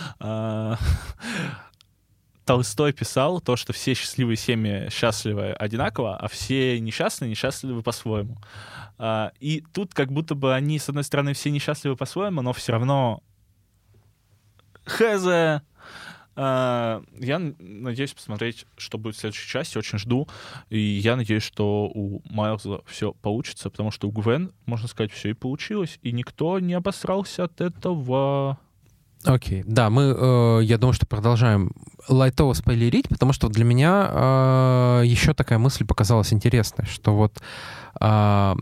Толстой писал то, что все счастливые семьи счастливы одинаково, а все несчастные несчастливы по-своему. И тут как будто бы они, с одной стороны, все несчастливы по-своему, но все равно хз. А, Я н- надеюсь посмотреть, что будет в следующей части, очень жду. И я надеюсь, что у Майлза все получится, потому что у Гвен, можно сказать, все и получилось, и никто не обосрался от этого. Окей, да, мы, э, я думаю, что продолжаем лайтово спойлерить, потому что для меня э, еще такая мысль показалась интересной, что вот э,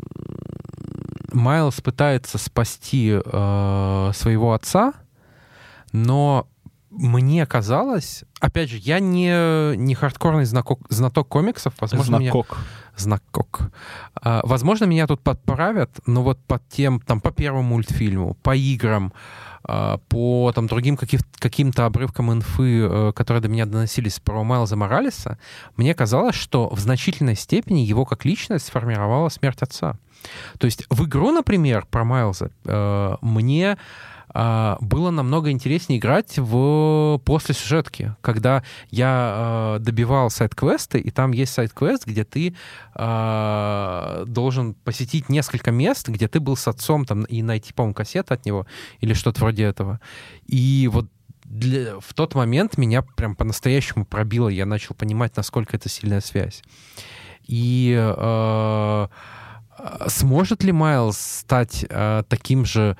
Майлз пытается спасти э, своего отца, но мне казалось, опять же, я не, не хардкорный знакок, знаток комиксов, возможно, меня... Знакок. Знакок. А, возможно, меня тут подправят, но вот по тем, там, по первому мультфильму, по играм, а, по там, другим каких, каким-то обрывкам инфы, а, которые до меня доносились про Майлза Моралеса, мне казалось, что в значительной степени его как личность сформировала смерть отца. То есть в игру, например, про Майлза а, мне... было намного интереснее играть в после сюжетки, когда я э, добивал сайд-квесты, и там есть сайд-квест, где ты э, должен посетить несколько мест, где ты был с отцом, там, и найти, по-моему, кассету от него или что-то вроде этого. И вот для, в тот момент меня прям по-настоящему пробило, я начал понимать, насколько это сильная связь. И э, сможет ли Майлз стать э, таким же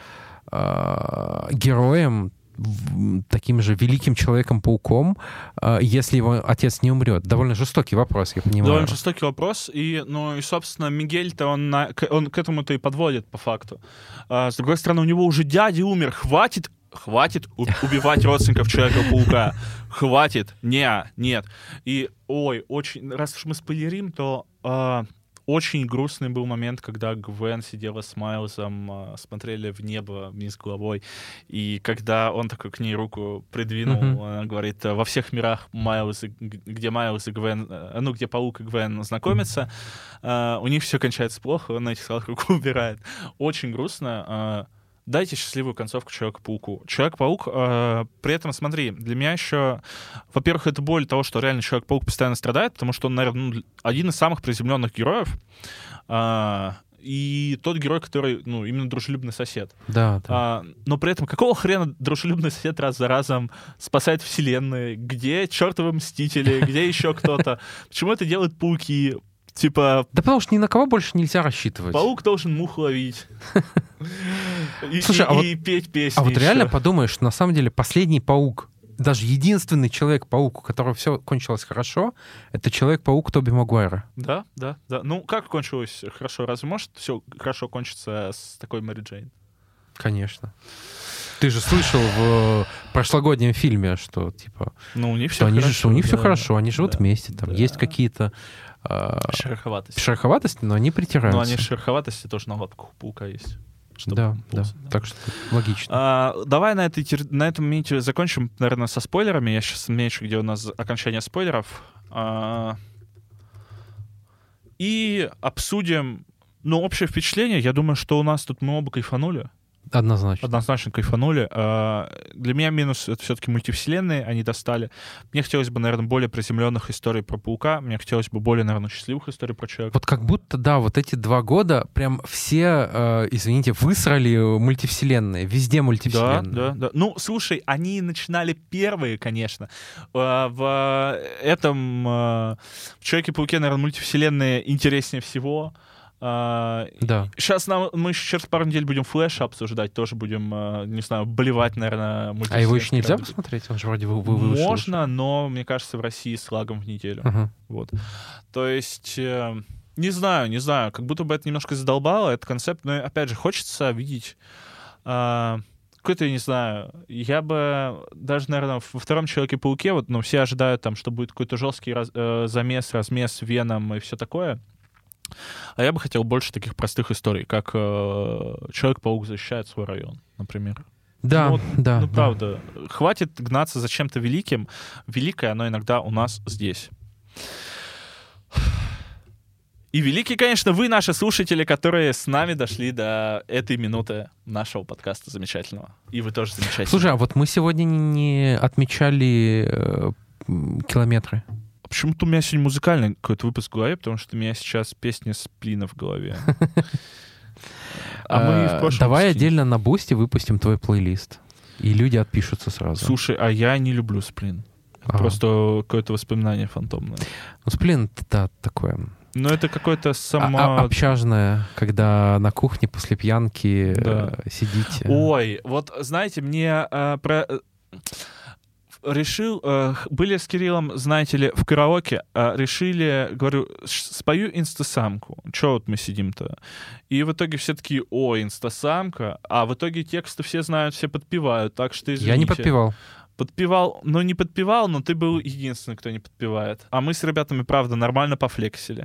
героем, таким же великим Человеком-пауком, если его отец не умрет? Довольно жестокий вопрос, я понимаю. Довольно жестокий вопрос. И, ну, и, собственно, Мигель-то он, на, он к этому-то и подводит, по факту. А, с другой стороны, у него уже дядя умер. Хватит, хватит у- убивать родственников Человека-паука. Хватит. Не, нет. И, ой, очень... Раз уж мы спойлерим, то... А, очень грустный был момент, когда Гвен сидела с Майлзом, э, смотрели в небо вниз головой, и когда он такой к ней руку придвинул, Mm-hmm. она говорит, во всех мирах Майлз, и, где Майлз и Гвен, э, ну, где Паук и Гвен знакомятся, э, у них все кончается плохо, он на этих словах руку убирает. Очень грустно. Э, Дайте счастливую концовку Человеку-пауку. Человек-паук, э, при этом, смотри, для меня еще, во-первых, это боль того, что реально Человек-паук постоянно страдает, потому что он, наверное, ну, один из самых приземленных героев, э, и тот герой, который, ну, именно дружелюбный сосед. Да, да. А, но при этом, какого хрена дружелюбный сосед раз за разом спасает вселенные? Где чертовы Мстители? Где еще кто-то? Почему это делают пауки? Типа... Да потому что ни на кого больше нельзя рассчитывать. Паук должен мух ловить. И, Слушай, и, а вот- и петь песни А вот еще. реально подумаешь, что на самом деле последний паук, даже единственный Человек-паук, у которого все кончилось хорошо, это Человек-паук Тоби Магуайра. Да, да, да. Ну, как кончилось хорошо? Разве может все хорошо кончиться с такой Мэри Джейн? Конечно. Ты же слышал в прошлогоднем фильме, что типа, Ну, у них что все они хорошо. же, что у них все да. хорошо, они живут Да, вместе, там да. есть какие-то э, Шероховатость. шероховатости, но они Но притираются. они шероховатости тоже на лапках у паука есть. чтобы Да, он да. полз, Так что логично. А, давай на, этой, тер- на этом моменте закончим, наверное, со спойлерами. Я сейчас меньше, где у нас окончание спойлеров. А, и обсудим, ну, общее впечатление. Я думаю, что у нас тут мы оба кайфанули. Однозначно. Однозначно кайфанули. А, для меня минус — это все-таки мультивселенные, они достали. Мне хотелось бы, наверное, более приземленных историй про Паука. Мне хотелось бы более, наверное, счастливых историй про Человека. Вот как будто, да, вот эти два года прям все, э, извините, высрали мультивселенные. Везде Да, мультивселенные. да, да. Ну, слушай, они начинали первые, конечно. А, В этом а, в Человеке-пауке, наверное, мультивселенные интереснее всего. А, Да. Сейчас нам, мы еще через пару недель будем Флэша обсуждать, тоже будем, а, не знаю, болевать, наверное, А его еще нельзя радугой. посмотреть? Он же вроде вы, вы вышел. Можно, но, мне кажется, в России с лагом в неделю. Ага. Вот. То есть, э, не знаю, не знаю, как будто бы это немножко задолбало, этот концепт, но, опять же, хочется видеть э, какой-то, я не знаю, я бы даже, наверное, во втором Человеке-пауке, вот, ну, все ожидают там, что будет какой-то жесткий раз, э, замес, размес Веном и все такое. А я бы хотел больше таких простых историй, как э, Человек-паук защищает свой район, например. Да, Ну, вот, да. Ну, да. правда. Хватит гнаться за чем-то великим. Великое оно иногда у нас здесь. И великие, конечно, вы, наши слушатели, которые с нами дошли до этой минуты нашего подкаста замечательного. И вы тоже замечательные. Слушай, а вот мы сегодня не- не отмечали э, м, километры. Почему-то у меня сегодня музыкальный какой-то выпуск в голове, потому что у меня сейчас песня Сплина в голове. А мы в Э, прошлом Давай выпуске- отдельно на Бусти выпустим твой плейлист. И люди отпишутся сразу. Слушай, а я не люблю сплин. Это Ага. просто какое-то воспоминание фантомное. Ну, сплин, да, такое. Но это какое-то А- само... а- общажное, когда на кухне после пьянки Да. э, сидите. Ой, вот знаете, мне э, про... э, решил, э, были с Кириллом, знаете ли, в караоке, э, решили, говорю, ш- спою инстасамку. Че вот мы сидим-то? И в итоге все такие, о, инстасамка, а в итоге тексты все знают, все подпевают, так что извините. Я не подпевал. Подпевал, ну не подпевал, но ты был единственный, кто не подпевает. А мы с ребятами, правда, нормально пофлексили.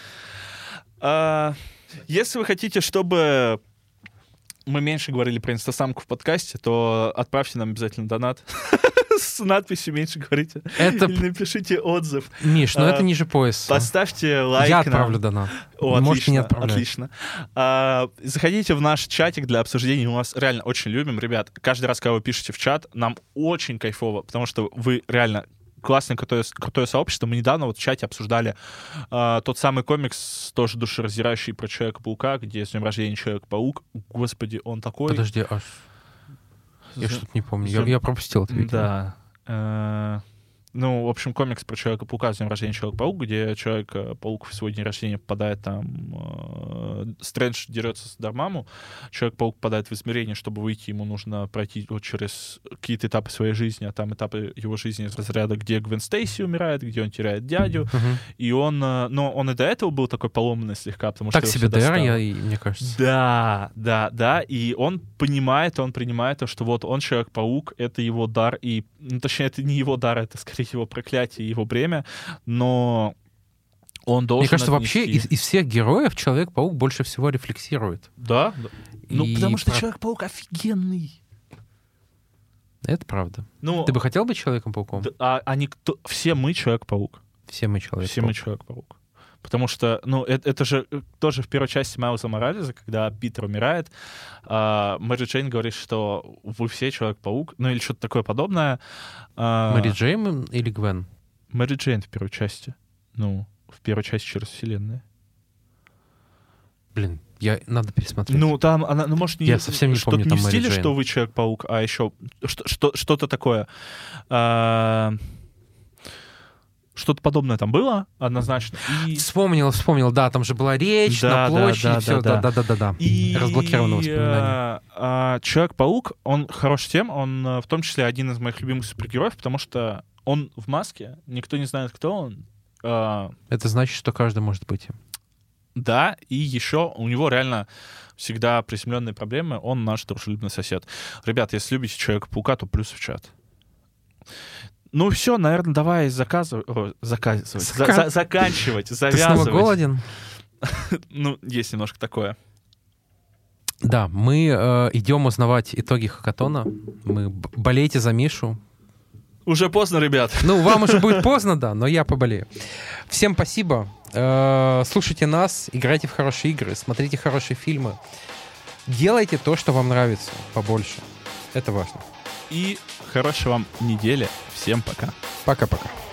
А, если вы хотите, чтобы мы меньше говорили про инстасамку в подкасте, то отправьте нам обязательно донат с надписью «Меньше говорите». Это, Или напишите отзыв. Миш, ну А, это ниже пояса. Поставьте лайк. Я нам. отправлю донат. О, Можете не отлично, отправлять. отлично. А, заходите в наш чатик для обсуждений. Мы вас реально очень любим, ребят. Каждый раз, когда вы пишете в чат, нам очень кайфово, потому что вы реально классное, крутое, крутое сообщество. Мы недавно вот в чате обсуждали а, тот самый комикс, тоже душераздирающий, про Человека-паука, где с днем рождения Человек-паук. Господи, он такой... Подожди, аж... Я За- что-то не помню. Я, за- я пропустил это видео. Да. Э, Ну, в общем, комикс про Человека-паука с днем рождения Человек-паук, где Человек-паук в свой день рождения попадает там... э, Стрэндж дерется с Дармаму, Человек-паук попадает в измерение, чтобы выйти, ему нужно пройти вот через какие-то этапы своей жизни, а там этапы его жизни из разряда, где Гвен Стейси умирает, где он теряет дядю, Мгм. и он... э, Но он и до этого был такой поломанный слегка, потому Так что... себе его всё ДР, достало. я, и- мне кажется. Да, да, да, и он понимает, он принимает то, что вот он Человек-паук, это его дар, и, ну, точнее, это не его дар, это скорее его проклятие, его бремя, но он должен Мне кажется, это вообще нести. из, из всех героев Человек-паук больше всего рефлексирует. Да, да. Ну, И потому что про- Человек-паук офигенный. Это правда. Ну, Ты бы хотел быть Человеком-пауком? д- а они кто... Все мы Человек-паук. Все мы Человек-паук. Все мы Человек-паук. Потому что, ну, это, это же тоже в первой части Майлза Моралеса, когда Питер умирает, а, Мэри Джейн говорит, что вы все Человек-паук, ну или что-то такое подобное. А, Мэри Джейн или Гвен? Мэри Джейн в первой части. Ну, в первой части через вселенную. Блин, я надо пересмотреть. Ну, там она, ну, может, не, Я совсем не что-то помню не там в Мэри стиле, Джейн. что вы Человек-паук, а еще что, что, что-то такое. А, что-то подобное там было, однозначно. И, Вспомнил, вспомнил, да, там же была речь Да, на да, площади, да, все, да, да, да, да, да. и Разблокировано воспоминание. а, а, Человек-паук, он хорош тем, он а, в том числе один из моих любимых супергероев, потому что он в маске, никто не знает, кто он. А, Это значит, что каждый может быть им. Да, и еще у него реально всегда приземленные проблемы, он наш дружелюбный сосед. Ребят, если любите Человека-паука, то плюс в чат. Ну все, наверное, давай заказывать, о, заказывать, за- Зака- за- заканчивать, Ты снова завязывать. голоден? Ну, есть немножко такое. Да, мы э, идем узнавать итоги хакатона. Мы б- болейте за Мишу. Уже поздно, ребят. Ну, вам уже будет поздно, да, но я поболею. Всем спасибо. Э, слушайте нас, играйте в хорошие игры, смотрите хорошие фильмы. Делайте то, что вам нравится, побольше. Это важно. И хорошей вам недели. Всем пока. Пока-пока.